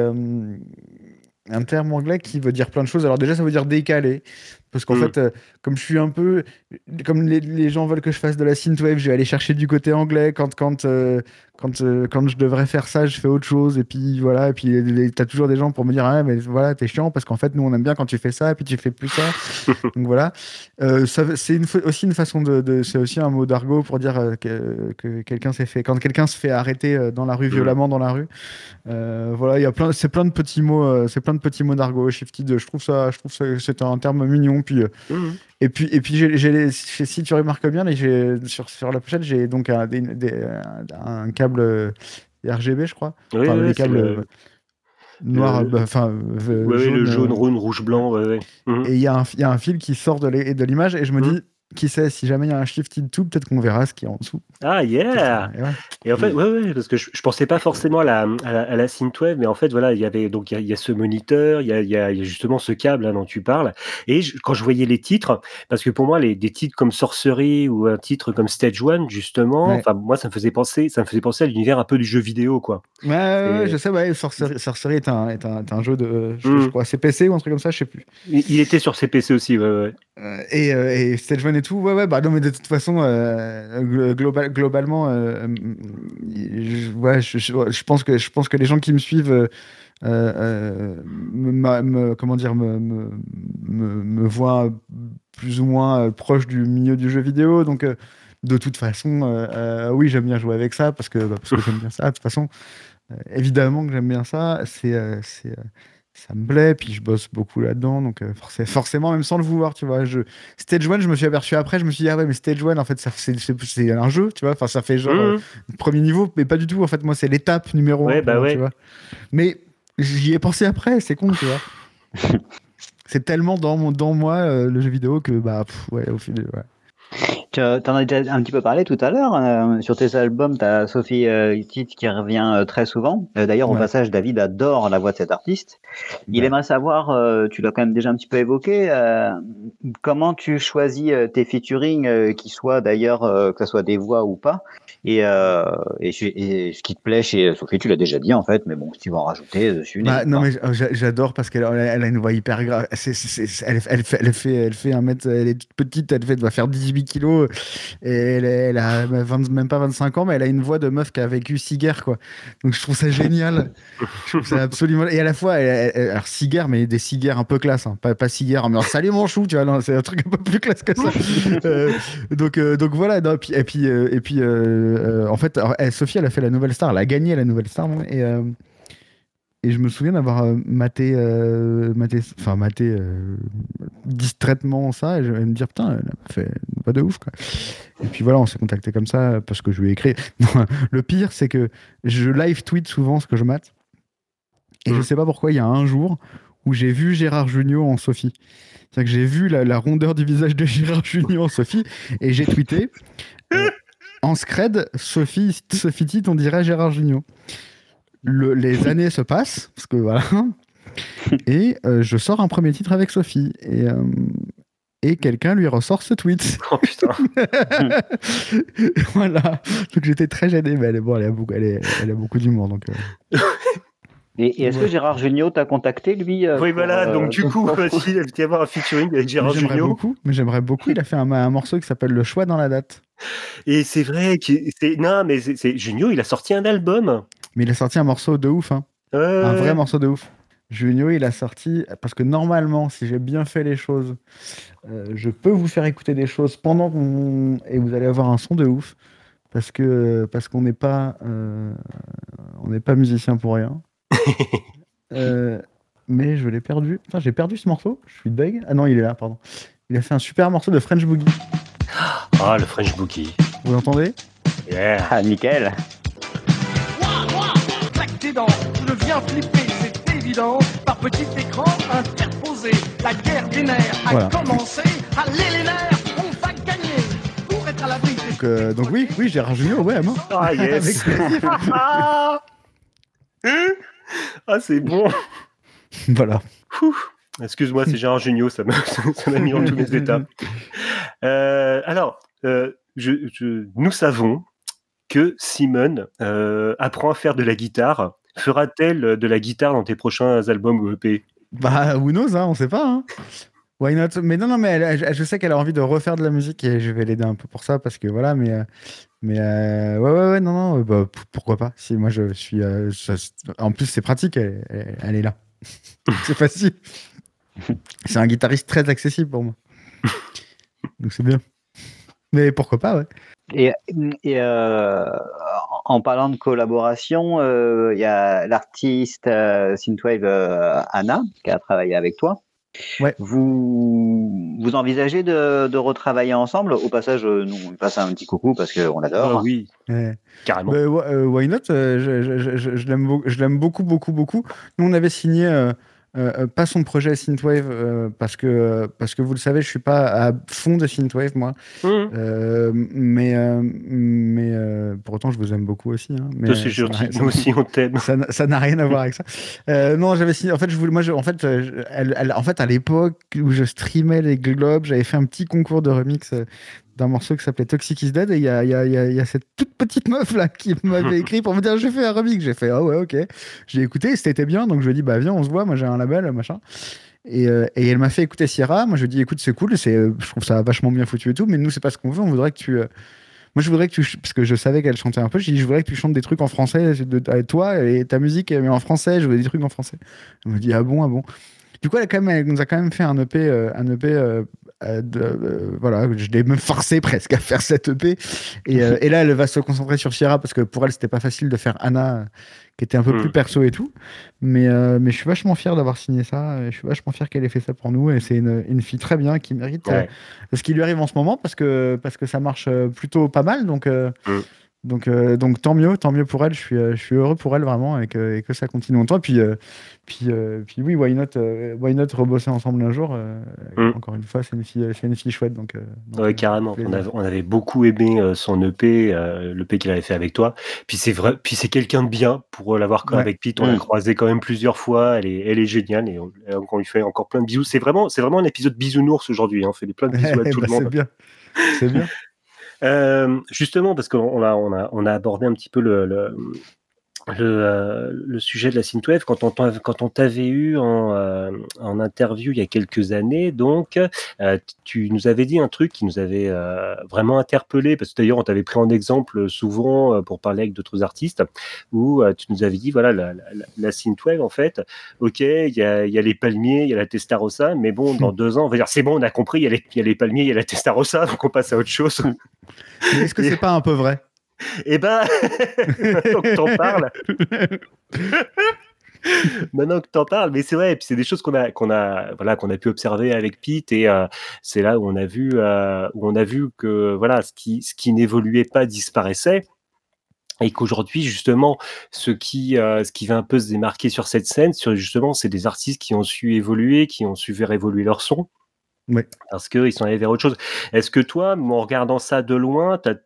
un terme anglais qui veut dire plein de choses. Alors déjà, ça veut dire décalé. Parce qu'en fait, comme je suis un peu... Comme les gens veulent que je fasse de la synthwave, je vais aller chercher du côté anglais. Quand je devrais faire ça, je fais autre chose. Et puis voilà. Et puis t'as toujours des gens pour me dire ah, mais voilà, t'es chiant parce qu'en fait, nous, on aime bien quand tu fais ça. Et puis tu fais plus ça. Donc voilà. C'est aussi une façon c'est aussi un mot d'argot pour dire que quelqu'un s'est fait... Quand quelqu'un se fait arrêter dans la rue, violemment dans la rue. Voilà, c'est plein de petits mots, d'argot. Shifted, je trouve ça, c'est un terme mignon. Puis, et puis, si tu remarques bien, sur la pochette, j'ai donc un câble RGB, je crois. Oui, des câbles noirs, jaune, le jaune, rouge, blanc. Et il y a un fil qui sort de l'image, et je me dis. Qui sait, si jamais il y a un shifted tout, peut-être qu'on verra ce qu'il y a en dessous. Ah, yeah! Et en fait, parce que je pensais pas forcément à la synthwave, mais en fait, voilà, il y a ce moniteur, il y a justement ce câble dont tu parles. Et quand je voyais les titres, parce que pour moi, des titres comme Sorcery ou un titre comme Stage One, justement, enfin, moi, ça me faisait penser à l'univers un peu du jeu vidéo, quoi. Ouais, je sais, Sorcery est un jeu de, je crois, CPC ou un truc comme ça, je sais plus. Il était sur CPC aussi, ouais. Et Stage One et tout, bah non, mais de toute façon, globalement, je pense que les gens qui me suivent me voient plus ou moins proche du milieu du jeu vidéo, donc de toute façon, oui, j'aime bien jouer avec ça parce que j'aime bien ça. De toute façon, évidemment que j'aime bien ça. Ça me plaît, puis je bosse beaucoup là-dedans, donc forcément, même sans le vouloir, tu vois. Stage One, je me suis aperçu après, je me suis dit, ah ouais, mais Stage One, en fait, c'est un jeu, tu vois. Enfin, ça fait genre premier niveau, mais pas du tout. En fait, moi, c'est l'étape numéro 1, tu vois. Mais j'y ai pensé après, c'est con, tu vois. C'est tellement dans moi, le jeu vidéo, que, au final, ouais. Tu en as déjà un petit peu parlé tout à l'heure. Sur tes albums, tu as Sophie Titt qui revient très souvent. D'ailleurs, au passage, David adore la voix de cet artiste. Il aimerait savoir, tu l'as quand même déjà un petit peu évoqué, comment tu choisis tes featuring, qui soient d'ailleurs, que ce soit des voix ou pas. Et ce qui te plaît chez Sophie, tu l'as déjà dit en fait, mais bon, si tu vas en rajouter dessus. Non, mais j'adore parce qu'elle a une voix hyper grave. Elle fait un mètre, elle est toute petite, elle va faire 18 kilos, et elle a même pas 25 ans, mais elle a une voix de meuf qui a vécu 6 guerres, quoi. Donc je trouve ça génial. Je trouve ça absolument. Et à la fois, alors 6 guerres, mais des 6 guerres un peu classe, hein. Pas 6 guerres, mais alors, salut mon chou, tu vois, non, c'est un truc un peu plus classe que ça. Donc voilà. Non, et puis en fait, alors, Sophie, elle a fait la Nouvelle Star, elle a gagné la Nouvelle Star, et je me souviens d'avoir maté distraitement ça, et je vais me dire, putain, elle a fait pas de ouf, quoi. Et puis voilà, on s'est contacté comme ça parce que je lui ai écrit. Le pire, c'est que je live tweet souvent ce que je mate, et je sais pas pourquoi, il y a un jour où j'ai vu Gérard Jugnot en Sophie. C'est-à-dire que j'ai vu la rondeur du visage de Gérard Jugnot en Sophie, et j'ai tweeté en scred, Sophie Titt, on dirait Gérard Jugnot. Les années se passent, parce que voilà, et je sors un premier titre avec Sophie, et quelqu'un lui ressort ce tweet. Oh putain. Voilà, donc j'étais très gêné, mais elle a beaucoup d'humour, donc. Et est-ce que Gérard Jugnot t'a contacté, lui Oui, voilà, donc du coup, il va y avoir un featuring avec Gérard Jugnot. J'aimerais beaucoup, il a fait un morceau qui s'appelle Le choix dans la date. Et c'est vrai que Jugnot, il a sorti un album. Mais il a sorti un morceau de ouf, hein. Un vrai morceau de ouf. Jugnot, il a sorti, parce que normalement, si j'ai bien fait les choses, je peux vous faire écouter des choses et vous allez avoir un son de ouf, parce qu'on n'est pas musicien pour rien. Mais je l'ai perdu. Putain, j'ai perdu ce morceau. Je suis deg. Ah non, il est là, pardon. Il a fait un super morceau de French Boogie. Ah, le French Boogie. Vous l'entendez? Yeah. Ah, nickel. Je viens flipper, c'est évident. Par petit écran interposé, la guerre des nerfs a commencé. Allez les nerfs, on va gagner. Pour être à l'abri. Donc oui, Gérard Jugnot, ouais, moi. Ah yes. Ah, c'est bon. Voilà. Excuse-moi, c'est Gérard Jugnot, ça m'a mis en tous les états. Alors, nous savons que Simone apprend à faire de la guitare. Fera-t-elle de la guitare dans tes prochains albums ou EP? Bah, who knows, hein, on sait pas. Hein. Why not? Mais non, mais je sais qu'elle a envie de refaire de la musique et je vais l'aider un peu pour ça parce que voilà, mais ouais, non, bah, pourquoi pas? Si moi je suis, en plus c'est pratique, elle est là. C'est facile. C'est un guitariste très accessible pour moi. Donc c'est bien. Mais pourquoi pas, ouais. Et en parlant de collaboration, il y a l'artiste synthwave Anna qui a travaillé avec toi. Ouais. Vous envisagez de retravailler ensemble? Au passage, nous on lui passe un petit coucou parce qu'on l'adore. Oui, carrément. Why not? Je l'aime beaucoup. Nous on avait signé pas son projet Synthwave parce que vous le savez, je suis pas à fond de Synthwave moi. Mais pour autant je vous aime beaucoup aussi. Hein, mais c'est gentil. Nous aussi on t'aime. Ça n'a rien à voir avec ça. Non, j'avais signé. En fait, en fait, à l'époque où je streamais les globes, j'avais fait un petit concours de remix d'un morceau qui s'appelait Toxic is Dead et il y a cette toute petite meuf là qui m'avait écrit pour me dire j'ai fait un remix. J'ai fait ah ouais, ok. J'ai écouté, c'était bien, donc je lui ai dit bah viens on se voit, moi j'ai un label machin. Et elle m'a fait écouter Sierra. Moi je lui ai dit écoute c'est cool, je trouve ça vachement bien foutu et tout, mais nous c'est pas ce qu'on veut. On voudrait que tu moi, je voudrais que tu... Parce que je savais qu'elle chantait un peu. Je voudrais que tu chantes des trucs en français, toi et ta musique, mais en français. Je voulais des trucs en français. Elle me dit, ah bon. Du coup, elle nous a quand même fait un EP. Voilà, je l'ai même forcé presque à faire cette EP. Et là, elle va se concentrer sur Sierra parce que pour elle, c'était pas facile de faire Anna, qui était un peu plus perso et tout. Mais je suis vachement fier d'avoir signé ça. Je suis vachement fier qu'elle ait fait ça pour nous. Et c'est une fille très bien qui mérite ce qui lui arrive en ce moment parce que ça marche plutôt pas mal. Donc tant mieux pour elle. Je suis heureux pour elle vraiment et que ça continue longtemps. Puis oui, why not rebosser ensemble un jour. Encore une fois, c'est une fille chouette. Donc carrément. On avait beaucoup aimé son EP, l'EP qu'il avait fait avec toi. Puis c'est vrai, puis c'est quelqu'un de bien pour l'avoir avec Pete. On l'a croisé quand même plusieurs fois. Elle est géniale et on lui fait encore plein de bisous. C'est vraiment un épisode bisounours aujourd'hui. On fait plein de bisous à tout le monde. C'est bien. Justement, parce qu'on a abordé un petit peu le sujet de la synthwave quand on t'avait eu en interview il y a quelques années, donc tu nous avais dit un truc qui nous avait vraiment interpellé, parce que d'ailleurs on t'avait pris en exemple souvent pour parler avec d'autres artistes, où tu nous avais dit voilà la synthwave en fait, ok il y a les palmiers, il y a la Testarossa, mais bon dans 2 ans on va dire c'est bon on a compris, il y a les palmiers, il y a la Testarossa, donc on passe à autre chose. Mais est-ce que c'est pas un peu vrai? Eh ben, maintenant que t'en parles, mais c'est vrai. Et puis c'est des choses qu'on a pu observer avec Pete, et c'est là où on a vu que voilà, ce qui n'évoluait pas disparaissait, et qu'aujourd'hui justement, ce qui va un peu se démarquer sur cette scène, c'est des artistes qui ont su évoluer, qui ont su faire évoluer leur son. Oui. Parce qu'ils sont allés vers autre chose. Est-ce que toi, en regardant ça de loin, t'as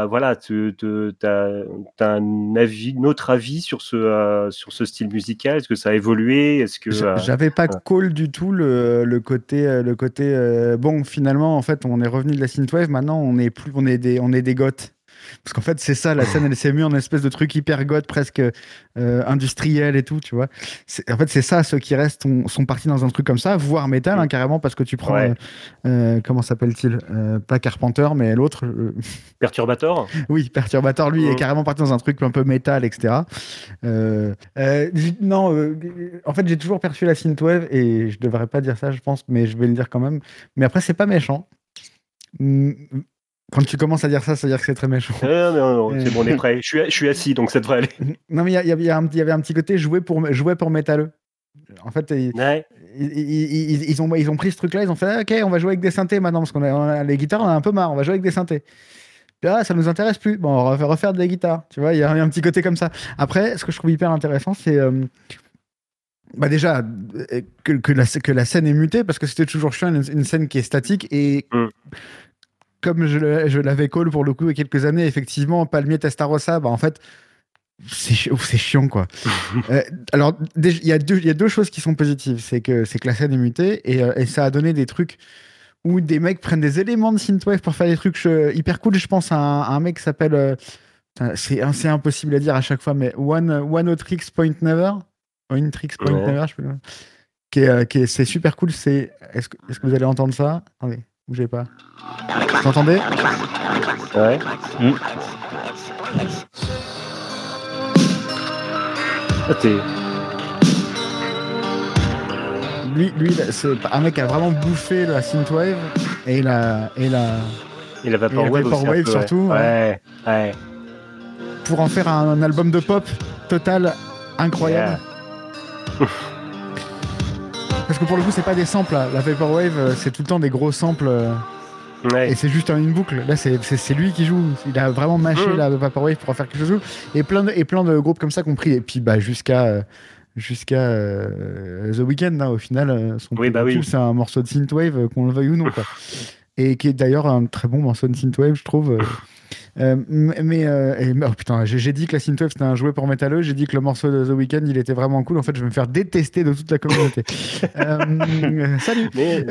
un avis, notre avis sur ce style musical? Est-ce que ça a évolué? Est-ce que j'avais pas call du tout le côté bon, finalement en fait on est revenu de la synthwave, maintenant on est des goths. Parce qu'en fait, c'est ça, la scène, elle s'est mise en espèce de truc hyper goth, presque industriel et tout, tu vois. En fait, c'est ça, ceux qui restent sont partis dans un truc comme ça, voire métal, hein, carrément, parce que tu prends, comment s'appelle-t-il pas Carpenter, mais l'autre. Perturbator. Oui, Perturbator, lui, est carrément parti dans un truc un peu métal, etc. Non, en fait, j'ai toujours perçu la synthwave, et je devrais pas dire ça, je pense, mais je vais le dire quand même. Mais après, c'est pas méchant. Quand tu commences à dire ça, ça veut dire que c'est très méchant. Non, c'est bon, on est prêt. Je suis assis, donc ça devrait aller. Non, mais il y avait un petit côté jouer pour métalleux. En fait, ils ont pris ce truc-là, ils ont fait ok, on va jouer avec des synthés maintenant, parce qu'on a les guitares, on a un peu marre, on va jouer avec des synthés. Puis là, ça nous intéresse plus. Bon, on va refaire des guitares. Tu vois, il y a un petit côté comme ça. Après, ce que je trouve hyper intéressant, c'est déjà que la scène est mutée, parce que c'était toujours chiant, une scène qui est statique, et comme je l'avais call pour le coup il y a quelques années, effectivement, Palmier Testarossa, en fait, c'est chiant, quoi. Alors, il y a deux choses qui sont positives. C'est que la scène est mutée, et ça a donné des trucs où des mecs prennent des éléments de synthwave pour faire des trucs hyper cool. Je pense à un mec qui s'appelle... c'est impossible à dire à chaque fois, mais One Tricks Point Never. One Tricks Point Never, je peux... c'est super cool. Est-ce que vous allez entendre ça? Attendez, bougez pas. Vous entendez? Ouais. Lui, c'est un mec qui a vraiment bouffé la synthwave et la vaporwave surtout. Ouais. Pour en faire un album de pop total incroyable. Yeah. Parce que pour le coup, c'est pas des samples. La vaporwave, c'est tout le temps des gros samples. Et c'est juste une boucle. Là, c'est lui qui joue. Il a vraiment mâché la vaporwave pour en faire quelque chose. Et plein de groupes comme ça compris. Et puis jusqu'à The Weeknd, au final, son tube, c'est un morceau de synthwave, qu'on le veuille ou non, quoi. Et qui est d'ailleurs un très bon morceau de synthwave, je trouve. Oh putain, j'ai dit que la synthwave c'était un jouet pour métalleux, j'ai dit que le morceau de The Weeknd il était vraiment cool. En fait, je vais me faire détester de toute la communauté. Salut.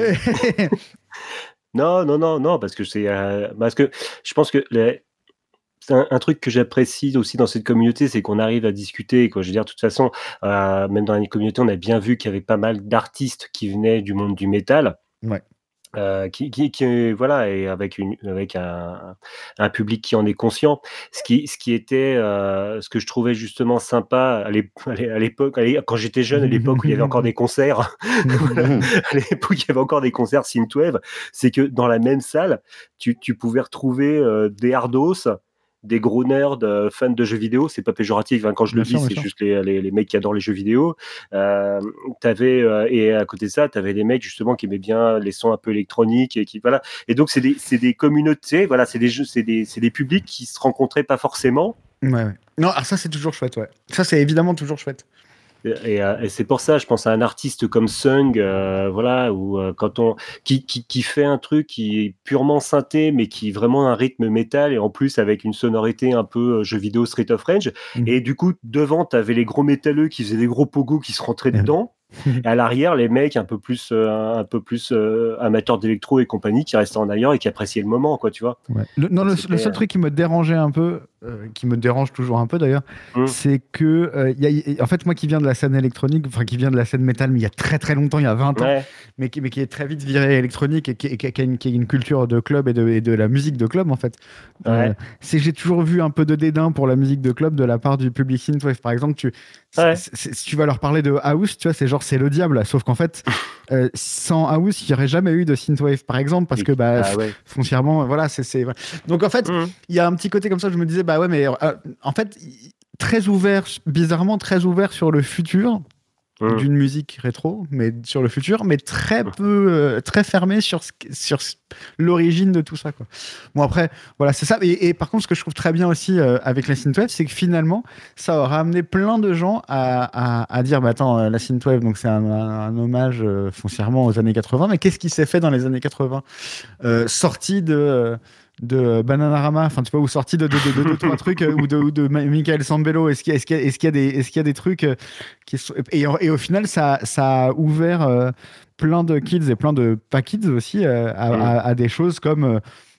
Non, parce que je pense que c'est un truc que j'apprécie aussi dans cette communauté, c'est qu'on arrive à discuter, quoi. Je veux dire, de toute façon, même dans les communautés, on a bien vu qu'il y avait pas mal d'artistes qui venaient du monde du métal. Ouais. Voilà, et avec un public qui en est conscient. Ce qui était, ce que je trouvais justement sympa à l'époque, quand j'étais jeune, à l'époque où il y avait encore des concerts, à l'époque où il y avait encore des concerts synthwave, c'est que dans la même salle, tu pouvais retrouver des hardos, des gros nerds fans de jeux vidéo. C'est pas péjoratif, hein, quand je le dis, c'est juste les mecs qui adorent les jeux vidéo. Et à côté de ça, t'avais des mecs justement qui aimaient bien les sons un peu électroniques, et qui voilà. Et donc c'est des communautés, voilà, c'est des publics qui se rencontraient pas forcément. Ouais. Non, ça c'est toujours chouette, ouais. Ça c'est évidemment toujours chouette. Et c'est pour ça, je pense à un artiste comme Sung, voilà, ou qui fait un truc qui est purement synthé, mais qui est vraiment un rythme métal, et en plus avec une sonorité un peu jeu vidéo Street of Rage. Et du coup, devant, t'avais les gros métalleux qui faisaient des gros pogos qui se rentraient dedans. Et à l'arrière, les mecs un peu plus amateurs d'électro et compagnie, qui restaient en arrière et qui appréciaient le moment, quoi, tu vois. Ouais. Le seul truc qui me dérangeait un peu, qui me dérange toujours un peu d'ailleurs, c'est que en fait, moi qui viens de la scène électronique, enfin qui viens de la scène métal, mais il y a très très longtemps, il y a 20 ans, mais qui est très vite viré électronique, et qui a une culture de club et de la musique de club, en fait. C'est que j'ai toujours vu un peu de dédain pour la musique de club de la part du public synthwave. Par exemple, si tu vas leur parler de house, tu vois, c'est genre c'est le diable, sauf qu'en fait sans house il n'y aurait jamais eu de synthwave, par exemple, parce que foncièrement, voilà, c'est donc en fait il y a un petit côté comme ça. Je me disais mais en fait très ouvert, bizarrement très ouvert sur le futur d'une musique rétro, mais sur le futur, mais très peu, très fermé sur l'origine de tout ça, quoi. Bon, après, voilà, c'est ça. Et par contre, ce que je trouve très bien aussi avec la synthwave, c'est que finalement, ça aura amené plein de gens à dire, attends, la synthwave, donc c'est un hommage foncièrement aux années 80, mais qu'est-ce qui s'est fait dans les années 80 sorti de Bananarama, enfin tu vois, ou sorti de trois trucs, ou de Michael Sambello. Est-ce qu'il y a des trucs et au final ça a ouvert plein de kids et plein de pas kids aussi à des choses comme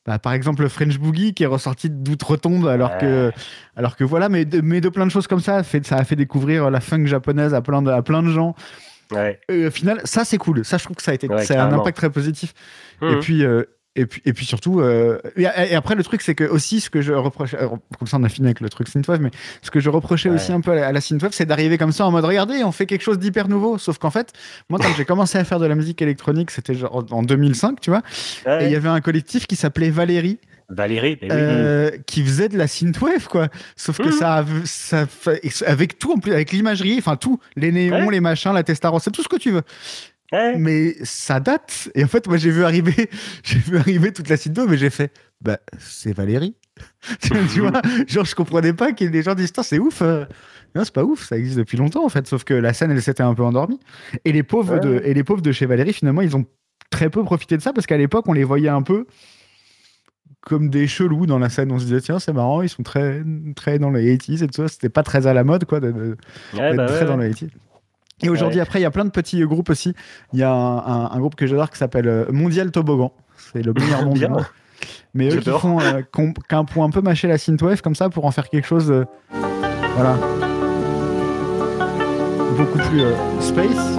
par exemple le French Boogie qui est ressorti d'outre-tombe alors que voilà, mais de plein de choses comme ça, ça a fait découvrir la funk japonaise à plein de gens. Ouais. Au final, ça c'est cool. Ça, je trouve que ça a un impact très positif. Et puis surtout, et après le truc c'est que aussi ce que je reproche, comme ça on a fini avec le truc synthwave, mais ce que je reprochais aussi un peu à la synthwave, c'est d'arriver comme ça en mode regardez, on fait quelque chose d'hyper nouveau. Sauf qu'en fait, moi quand j'ai commencé à faire de la musique électronique, c'était genre en 2005, tu vois, et il y avait un collectif qui s'appelait Valérie. Qui faisait de la synthwave, quoi. Sauf que ça avec tout en plus, avec l'imagerie, enfin tout, les néons, les machins, la testaro, c'est tout ce que tu veux. Mais ça date. Et en fait, moi, j'ai vu arriver toute la synthwave, mais j'ai fait, bah, c'est Valérie. Tu vois, genre, je comprenais pas que les gens disent, c'est ouf. Non, c'est pas ouf, ça existe depuis longtemps, en fait. Sauf que la scène, elle s'était un peu endormie. Et les pauvres de chez Valérie, finalement, ils ont très peu profité de ça parce qu'à l'époque, on les voyait un peu comme des chelous dans la scène. On se disait, tiens, c'est marrant, ils sont très, très dans les 80s et tout ça. C'était pas très à la mode, quoi, d'être très dans les 80s. Et aujourd'hui, après, il y a plein de petits groupes aussi. Il y a un groupe que j'adore qui s'appelle Mondial Toboggan. C'est le meilleur nom du monde. Mais eux qui ont un peu mâché la synthwave comme ça pour en faire quelque chose, voilà, beaucoup plus space.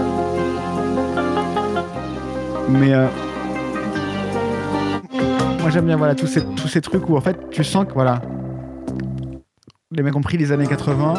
Mais moi j'aime bien tous ces trucs où en fait tu sens que voilà, les mecs ont pris les années 80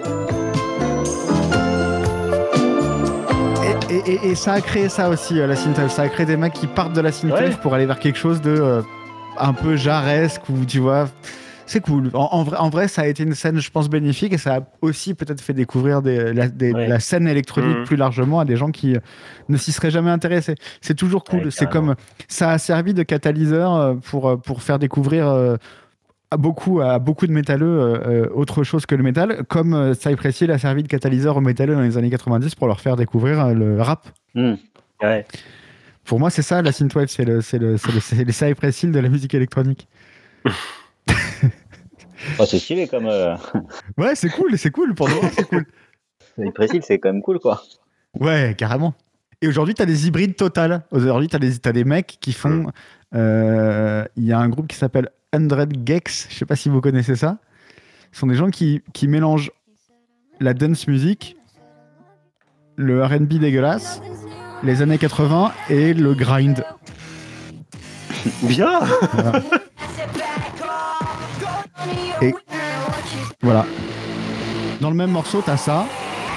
et ça a créé ça aussi, la synthwave. Ça a créé des mecs qui partent de la synthwave pour aller vers quelque chose de un peu jarresque, ou tu vois, c'est cool. En vrai, ça a été une scène, je pense, bénéfique, et ça a aussi peut-être fait découvrir la scène électronique plus largement à des gens qui ne s'y seraient jamais intéressés. C'est toujours cool. C'est comme ça a servi de catalyseur pour faire découvrir à beaucoup de métalleux autre chose que le métal, comme Cypress Hill a servi de catalyseur aux métalleux dans les années 90 pour leur faire découvrir le rap. Pour moi, c'est ça, la synthwave, c'est les Cypress Hill de la musique électronique. C'est stylé comme. Ouais, c'est cool, pour de vrai, c'est cool. Cypress Hill, c'est quand même cool, quoi. Ouais, carrément. Et aujourd'hui, t'as des hybrides totales. Aujourd'hui, t'as des mecs qui font. Il y a un groupe qui s'appelle 100 Gex, je sais pas si vous connaissez ça. Ce sont des gens qui mélangent la dance music, le R&B dégueulasse, les années 80 et le grind. Bien. Voilà. Et voilà. Dans le même morceau, t'as ça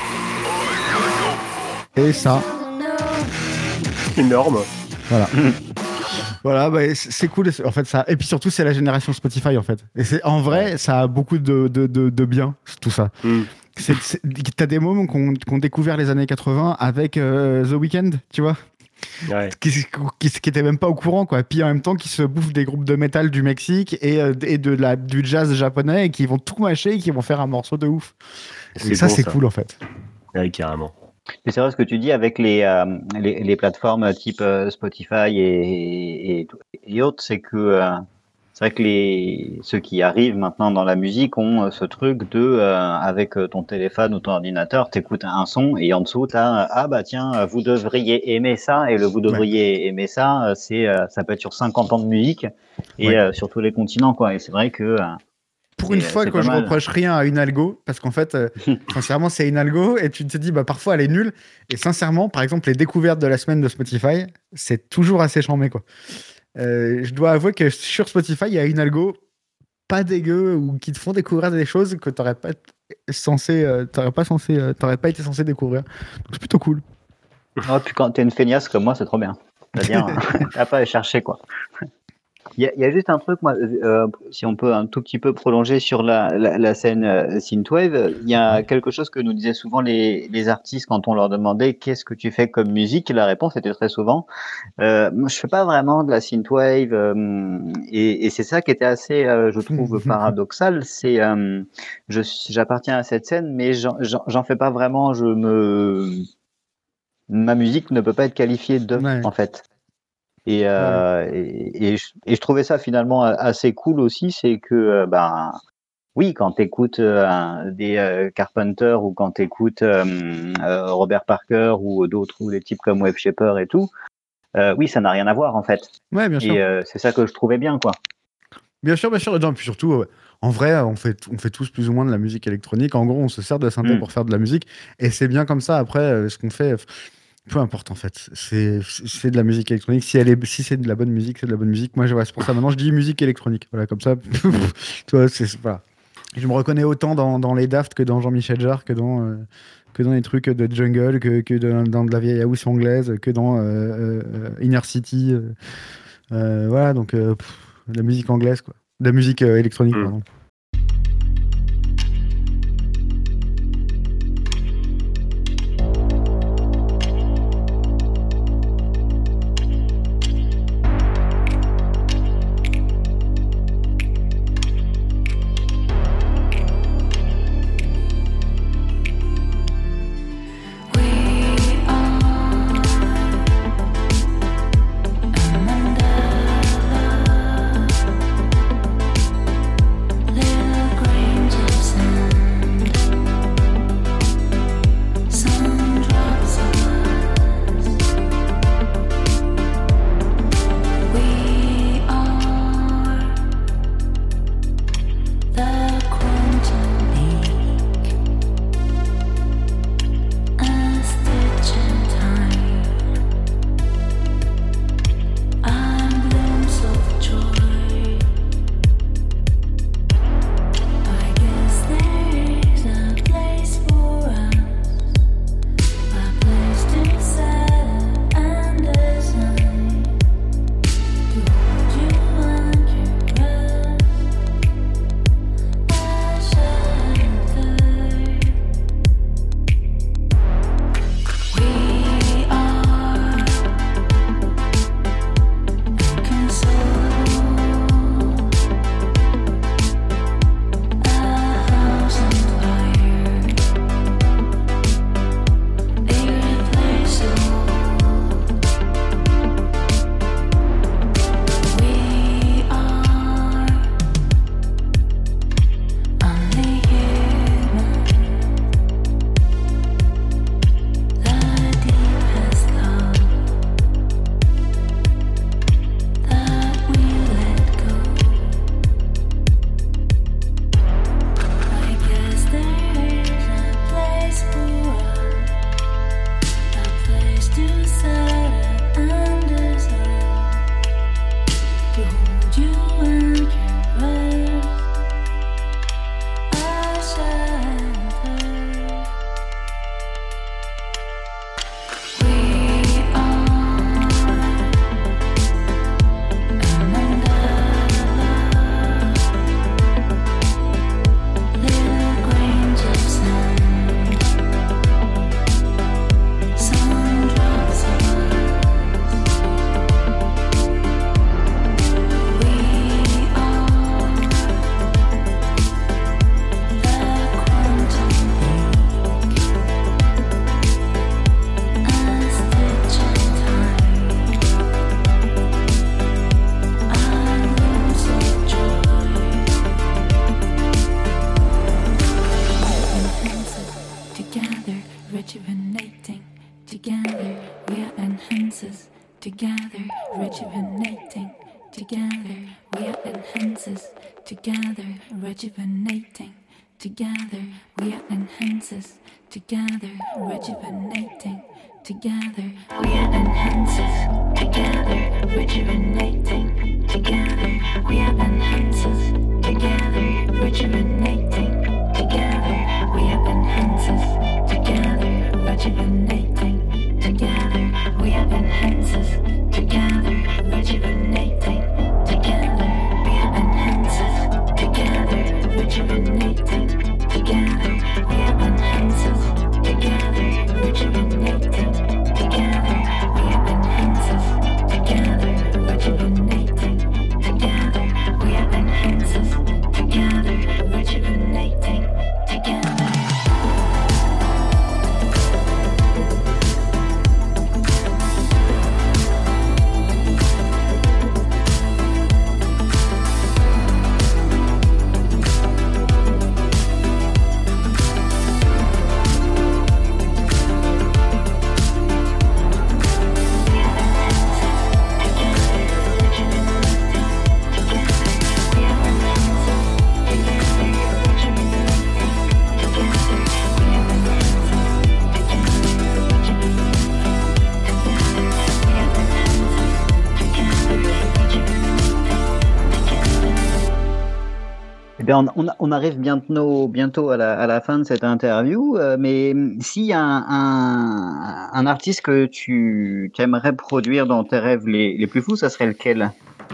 et ça. Énorme. Voilà. Voilà, bah, c'est cool. En fait, ça. Et puis surtout, c'est la génération Spotify, en fait. Et en vrai, ça a beaucoup de bien, tout ça. T'as des mômes qu'on découvert les années 80 avec The Weeknd, tu vois, qui étaient même pas au courant, quoi. Puis en même temps, qui se bouffent des groupes de métal du Mexique et du jazz japonais, et qui vont tout mâcher et qui vont faire un morceau de ouf. Et ça, c'est cool, en fait. Ouais, carrément. Et c'est vrai ce que tu dis avec les plateformes type Spotify et autres, c'est que c'est vrai que ceux qui arrivent maintenant dans la musique ont ce truc de avec ton téléphone ou ton ordinateur, t'écoutes un son et en dessous t'as bah tiens, vous devriez aimer ça, et le vous devriez aimer ça, ça peut être sur 50 ans de musique et sur tous les continents, quoi. Et c'est vrai que pour une fois que je reproche rien à une algo, parce qu'en fait, sincèrement, c'est une algo, et tu te dis, bah, parfois, elle est nulle. Et sincèrement, par exemple, les découvertes de la semaine de Spotify, c'est toujours assez charmé, quoi. Je dois avouer que sur Spotify, il y a une algo pas dégueu, ou qui te font découvrir des choses que t'aurais pas été censé découvrir. Donc, c'est plutôt cool. Oh, puis quand t'es une feignasse comme moi, c'est trop bien. C'est-à-dire, t'as pas à chercher, quoi. Il y a juste un truc, moi, si on peut un tout petit peu prolonger sur la scène synthwave, il y a quelque chose que nous disaient souvent les artistes quand on leur demandait qu'est-ce que tu fais comme musique. La réponse était très souvent moi, je fais pas vraiment de la synthwave, et c'est ça qui était assez, je trouve, paradoxal. C'est j'appartiens à cette scène, mais j'en fais pas vraiment. Ma musique ne peut pas être qualifiée de, en fait. Et je trouvais ça finalement assez cool aussi, c'est que oui, quand tu écoutes des Carpenter, ou quand tu écoutes Robert Parker ou d'autres, ou des types comme Wave Shaper et tout, oui, ça n'a rien à voir en fait. Ouais, bien sûr. Et c'est ça que je trouvais bien, quoi. Bien sûr, bien sûr. Et puis surtout, en vrai, on fait tous plus ou moins de la musique électronique. En gros, on se sert de la synthé pour faire de la musique. Et c'est bien comme ça. Après, ce qu'on fait, peu importe en fait. C'est de la musique électronique. Si c'est de la bonne musique, c'est de la bonne musique. Moi, c'est pour ça. Maintenant, je dis musique électronique. Voilà, comme ça. Tu vois, voilà. Je me reconnais autant dans les Daft que dans Jean-Michel Jarre, que dans les trucs de jungle, que dans de la vieille house anglaise, que dans Inner City. Voilà, donc de la musique anglaise, quoi. De la musique électronique, pardon. Rejuvenating Ben on arrive bientôt à la fin de cette interview, mais s'il y a un artiste que tu aimerais produire dans tes rêves les plus fous, ça serait lequel?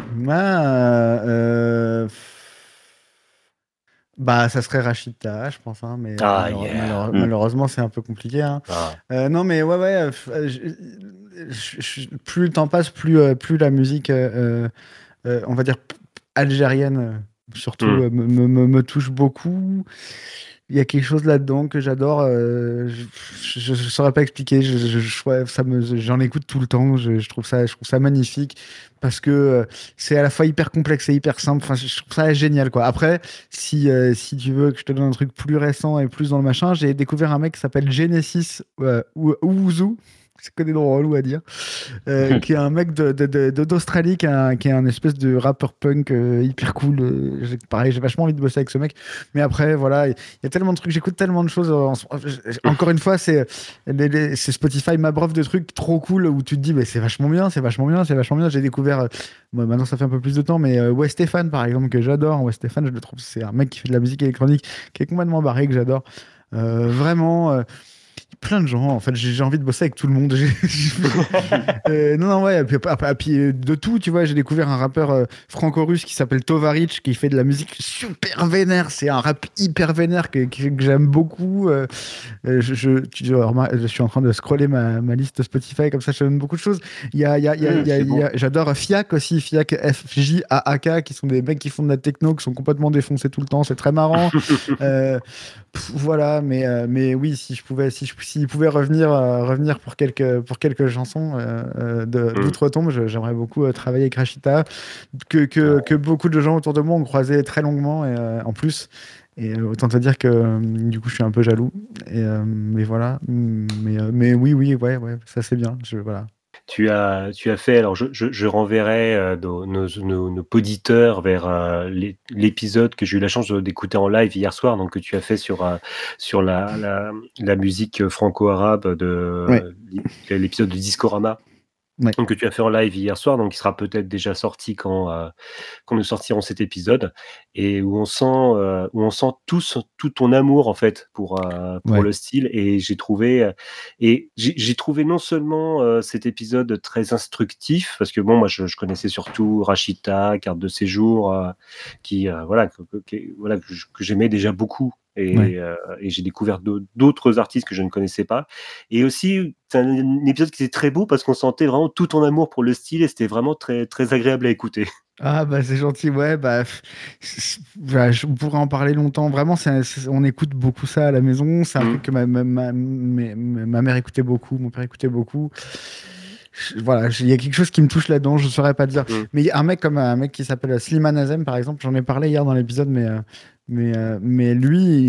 Bah, ça serait Rachita, je pense, hein, mais malheureusement, c'est un peu compliqué. Hein. Non, mais ouais, plus le temps passe, plus la musique, on va dire, algérienne, surtout, me touche beaucoup. Il y a quelque chose là-dedans que j'adore. Je ne saurais pas expliquer. J'en écoute tout le temps. Je trouve ça magnifique parce que c'est à la fois hyper complexe et hyper simple. Enfin, je trouve ça génial, quoi. Après, si tu veux que je te donne un truc plus récent et plus dans le machin, j'ai découvert un mec qui s'appelle Genesis Owuzu. C'est que des noms relous à dire. Qui est un mec d'Australie, qui est un espèce de rappeur punk hyper cool. Pareil, j'ai vachement envie de bosser avec ce mec. Mais après, voilà, il y a tellement de trucs, j'écoute tellement de choses. Encore une fois, c'est Spotify m'abreuve de trucs trop cool où tu te dis, mais c'est vachement bien. J'ai découvert, maintenant ça fait un peu plus de temps, mais Westéphane, par exemple, que j'adore. Westéphane, je le trouve, c'est un mec qui fait de la musique électronique qui est complètement barré, que j'adore. Vraiment. Plein de gens, en fait, j'ai envie de bosser avec tout le monde. Non, ouais, puis de tout, tu vois, j'ai découvert un rappeur franco-russe qui s'appelle Tovarich, qui fait de la musique super vénère. C'est un rap hyper vénère que j'aime beaucoup. Je suis en train de scroller ma liste Spotify, comme ça, je te donne beaucoup de choses. J'adore Fiac aussi, Fiac, FJAAK, qui sont des mecs qui font de la techno, qui sont complètement défoncés tout le temps. C'est très marrant. Voilà, mais oui, s'il pouvait revenir pour quelques chansons d'outre-tombe, j'aimerais beaucoup travailler avec Rachita, que beaucoup de gens autour de moi ont croisé très longuement, et en plus. Et autant te dire que du coup, je suis un peu jaloux. Mais voilà. Mais oui, ouais, ça c'est bien. Voilà. Tu as fait, alors je renverrai nos poditeurs vers l'épisode que j'ai eu la chance d'écouter en live hier soir, donc que tu as fait sur la musique franco-arabe de l'épisode de Discorama. Ouais. Donc, que tu as fait en live hier soir, donc il sera peut-être déjà sorti quand nous sortirons cet épisode, et où on sent tout ton amour en fait pour le style, et j'ai trouvé non seulement cet épisode très instructif, parce que bon, moi je connaissais surtout Rachita, Carte de séjour, que j'aimais déjà beaucoup. Et j'ai découvert d'autres artistes que je ne connaissais pas. Et aussi, c'est un épisode qui était très beau parce qu'on sentait vraiment tout ton amour pour le style, et c'était vraiment très, très agréable à écouter. Ah bah c'est gentil, ouais, je pourrais en parler longtemps. Vraiment, on écoute beaucoup ça à la maison. C'est un truc que ma mère écoutait beaucoup, mon père écoutait beaucoup. Voilà, il y a quelque chose qui me touche là-dedans, je ne saurais pas dire. Mais il y a un mec qui s'appelle Slimane Azem, par exemple, j'en ai parlé hier dans l'épisode, mais lui,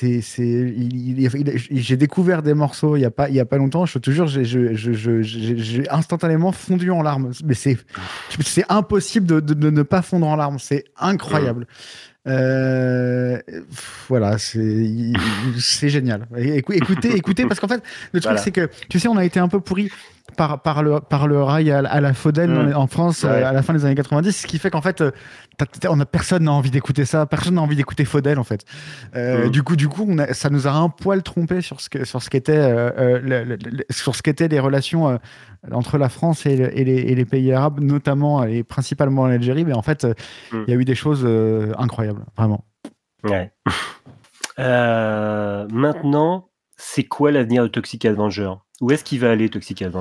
j'ai découvert des morceaux il y a pas longtemps. Je te jure, j'ai instantanément fondu en larmes. Mais c'est impossible de ne pas fondre en larmes. C'est incroyable. Voilà, c'est génial. Écoutez, parce qu'en fait, le truc, c'est que, tu sais, on a été un peu pourri par le rail à la Faudel en France à la fin des années 90, ce qui fait qu'en fait, personne n'a envie d'écouter ça, personne n'a envie d'écouter Faudel en fait. Du coup, ça nous a un poil trompé sur ce qu'étaient les relations entre la France et les pays arabes, notamment et principalement l'Algérie, mais en fait, il y a eu des choses incroyables, vraiment. Ouais. Maintenant, c'est quoi l'avenir de Toxic Avenger ? Où est-ce qu'il va aller, Toxic Avenger ?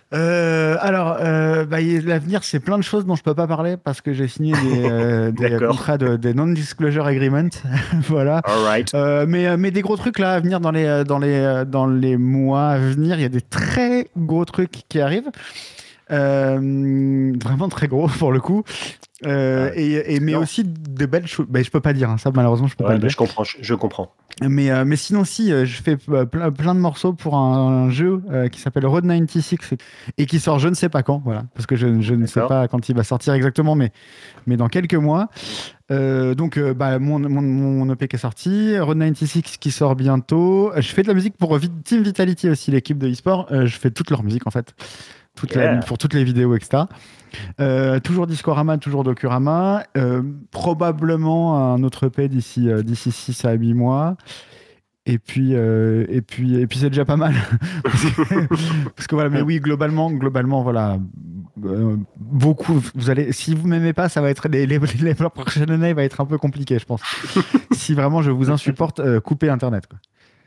L'avenir, c'est plein de choses dont je peux pas parler parce que j'ai signé des contrats des non-disclosure agreements. Voilà. Right. Mais des gros trucs là à venir dans les mois à venir. Il y a des très gros trucs qui arrivent. Vraiment très gros pour le coup. Mais aussi de belles choses. Je peux pas dire, hein, ça malheureusement je peux pas le dire. Je comprends. Mais sinon si, je fais plein de morceaux pour un jeu qui s'appelle Road 96 et qui sort je ne sais pas quand, voilà, parce que je ne sais pas quand il va sortir exactement, mais dans quelques mois. Mon EP qui est sorti, Road 96 qui sort bientôt. Je fais de la musique pour Team Vitality aussi, l'équipe de e-sport. Je fais toute leur musique en fait. pour toutes les vidéos, etc. Toujours Discorama, toujours Docurama. Probablement un autre EP d'ici 6 à 8 mois. Et puis c'est déjà pas mal. parce que voilà, mais oui, globalement, voilà. Beaucoup, si vous m'aimez pas, ça va être les prochaines années, va être un peu compliqué, je pense. Si vraiment je vous insupporte, coupez Internet, quoi.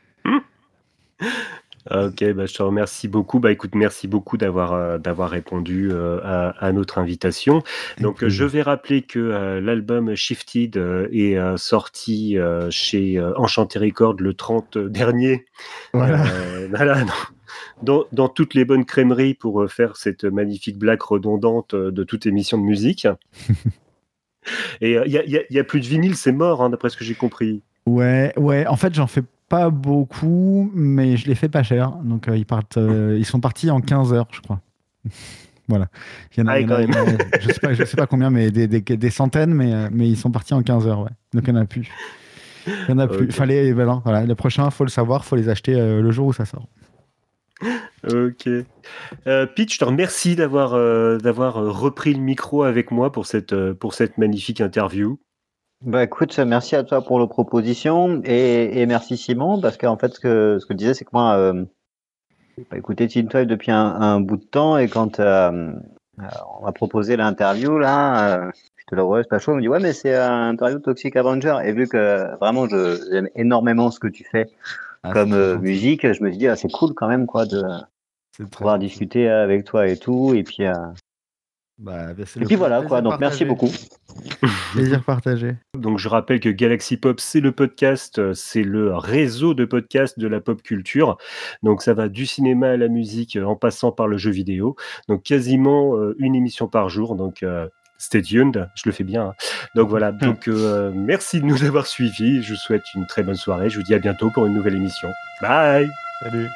Ok, je te remercie beaucoup. Écoute, merci beaucoup d'avoir répondu à notre invitation. Donc, je vais rappeler que l'album Shifted est sorti chez Enchanté Records le 30 dernier. Voilà. Dans toutes les bonnes crèmeries pour faire cette magnifique blague redondante de toute émission de musique. Et il y a plus de vinyle, c'est mort, hein, d'après ce que j'ai compris. Ouais. En fait, j'en fais pas beaucoup, mais je les fais pas cher. Donc ils sont partis en 15 heures, je crois. Voilà. Il y en a, je sais pas combien, mais des centaines, mais ils sont partis en 15 heures, ouais. Donc il y en a plus. Okay. Voilà, les prochains, faut le savoir, faut les acheter le jour où ça sort. Ok. Pete, je te remercie d'avoir repris le micro avec moi pour cette magnifique interview. Écoute, merci à toi pour la proposition et merci Simon, parce qu'en fait, ce que je disais, c'est que moi, j'ai pas écouté Tintoy depuis un bout de temps, et quand on m'a proposé l'interview, là, je te l'envoie, c'est pas chaud, on me dit ouais, mais c'est un interview de Toxic Avenger, et vu que vraiment j'aime énormément ce que tu fais comme musique, je me suis dit c'est cool quand même, quoi, de pouvoir discuter avec toi et tout, et puis voilà, quoi. Donc merci beaucoup. Plaisir partagé. Donc je rappelle que Galaxy Pop, c'est le podcast, c'est le réseau de podcasts de la pop culture. Donc ça va du cinéma à la musique en passant par le jeu vidéo. Donc quasiment une émission par jour. Donc stay tuned, je le fais bien. Hein. Donc voilà, merci de nous avoir suivis. Je vous souhaite une très bonne soirée. Je vous dis à bientôt pour une nouvelle émission. Bye. Salut.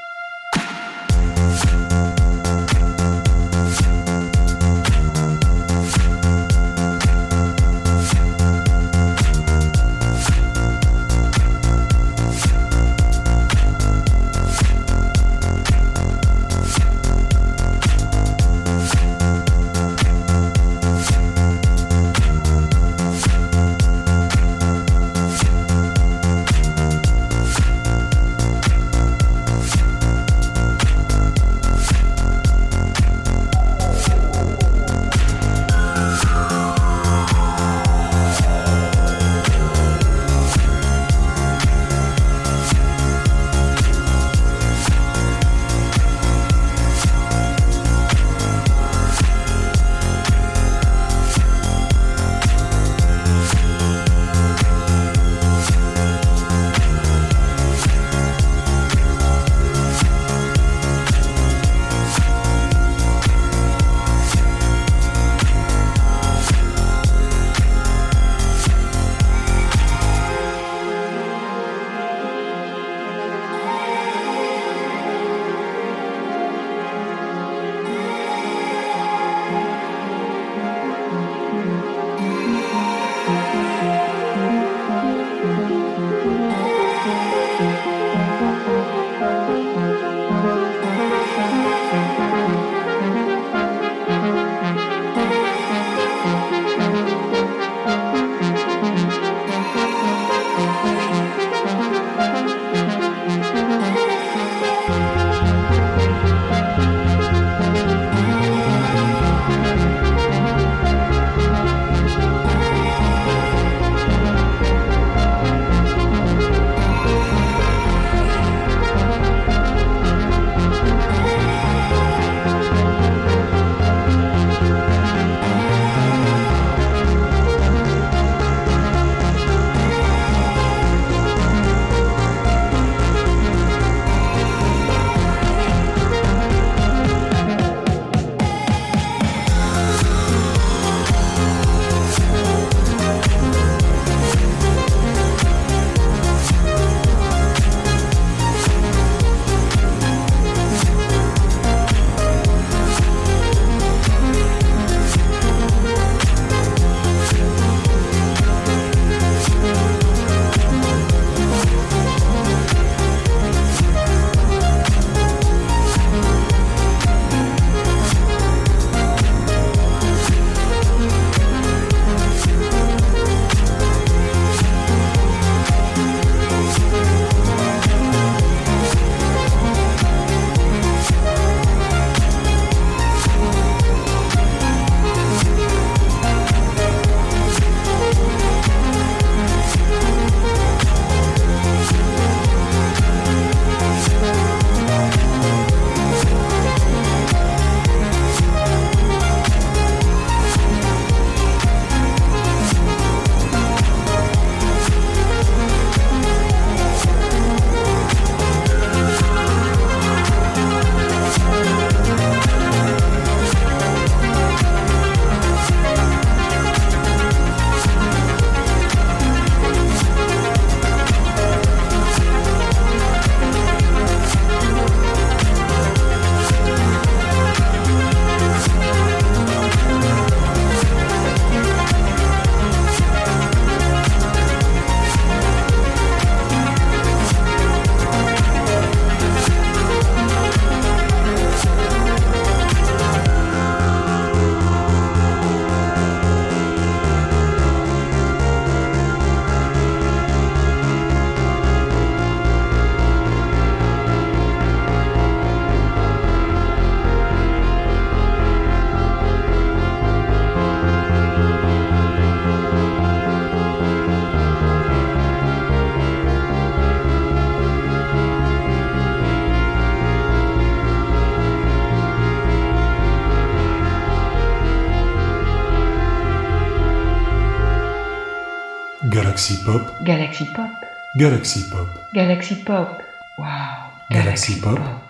Galaxy Pop. Galaxy Pop. Galaxy Pop. Galaxy Pop. Wow. Galaxy Pop.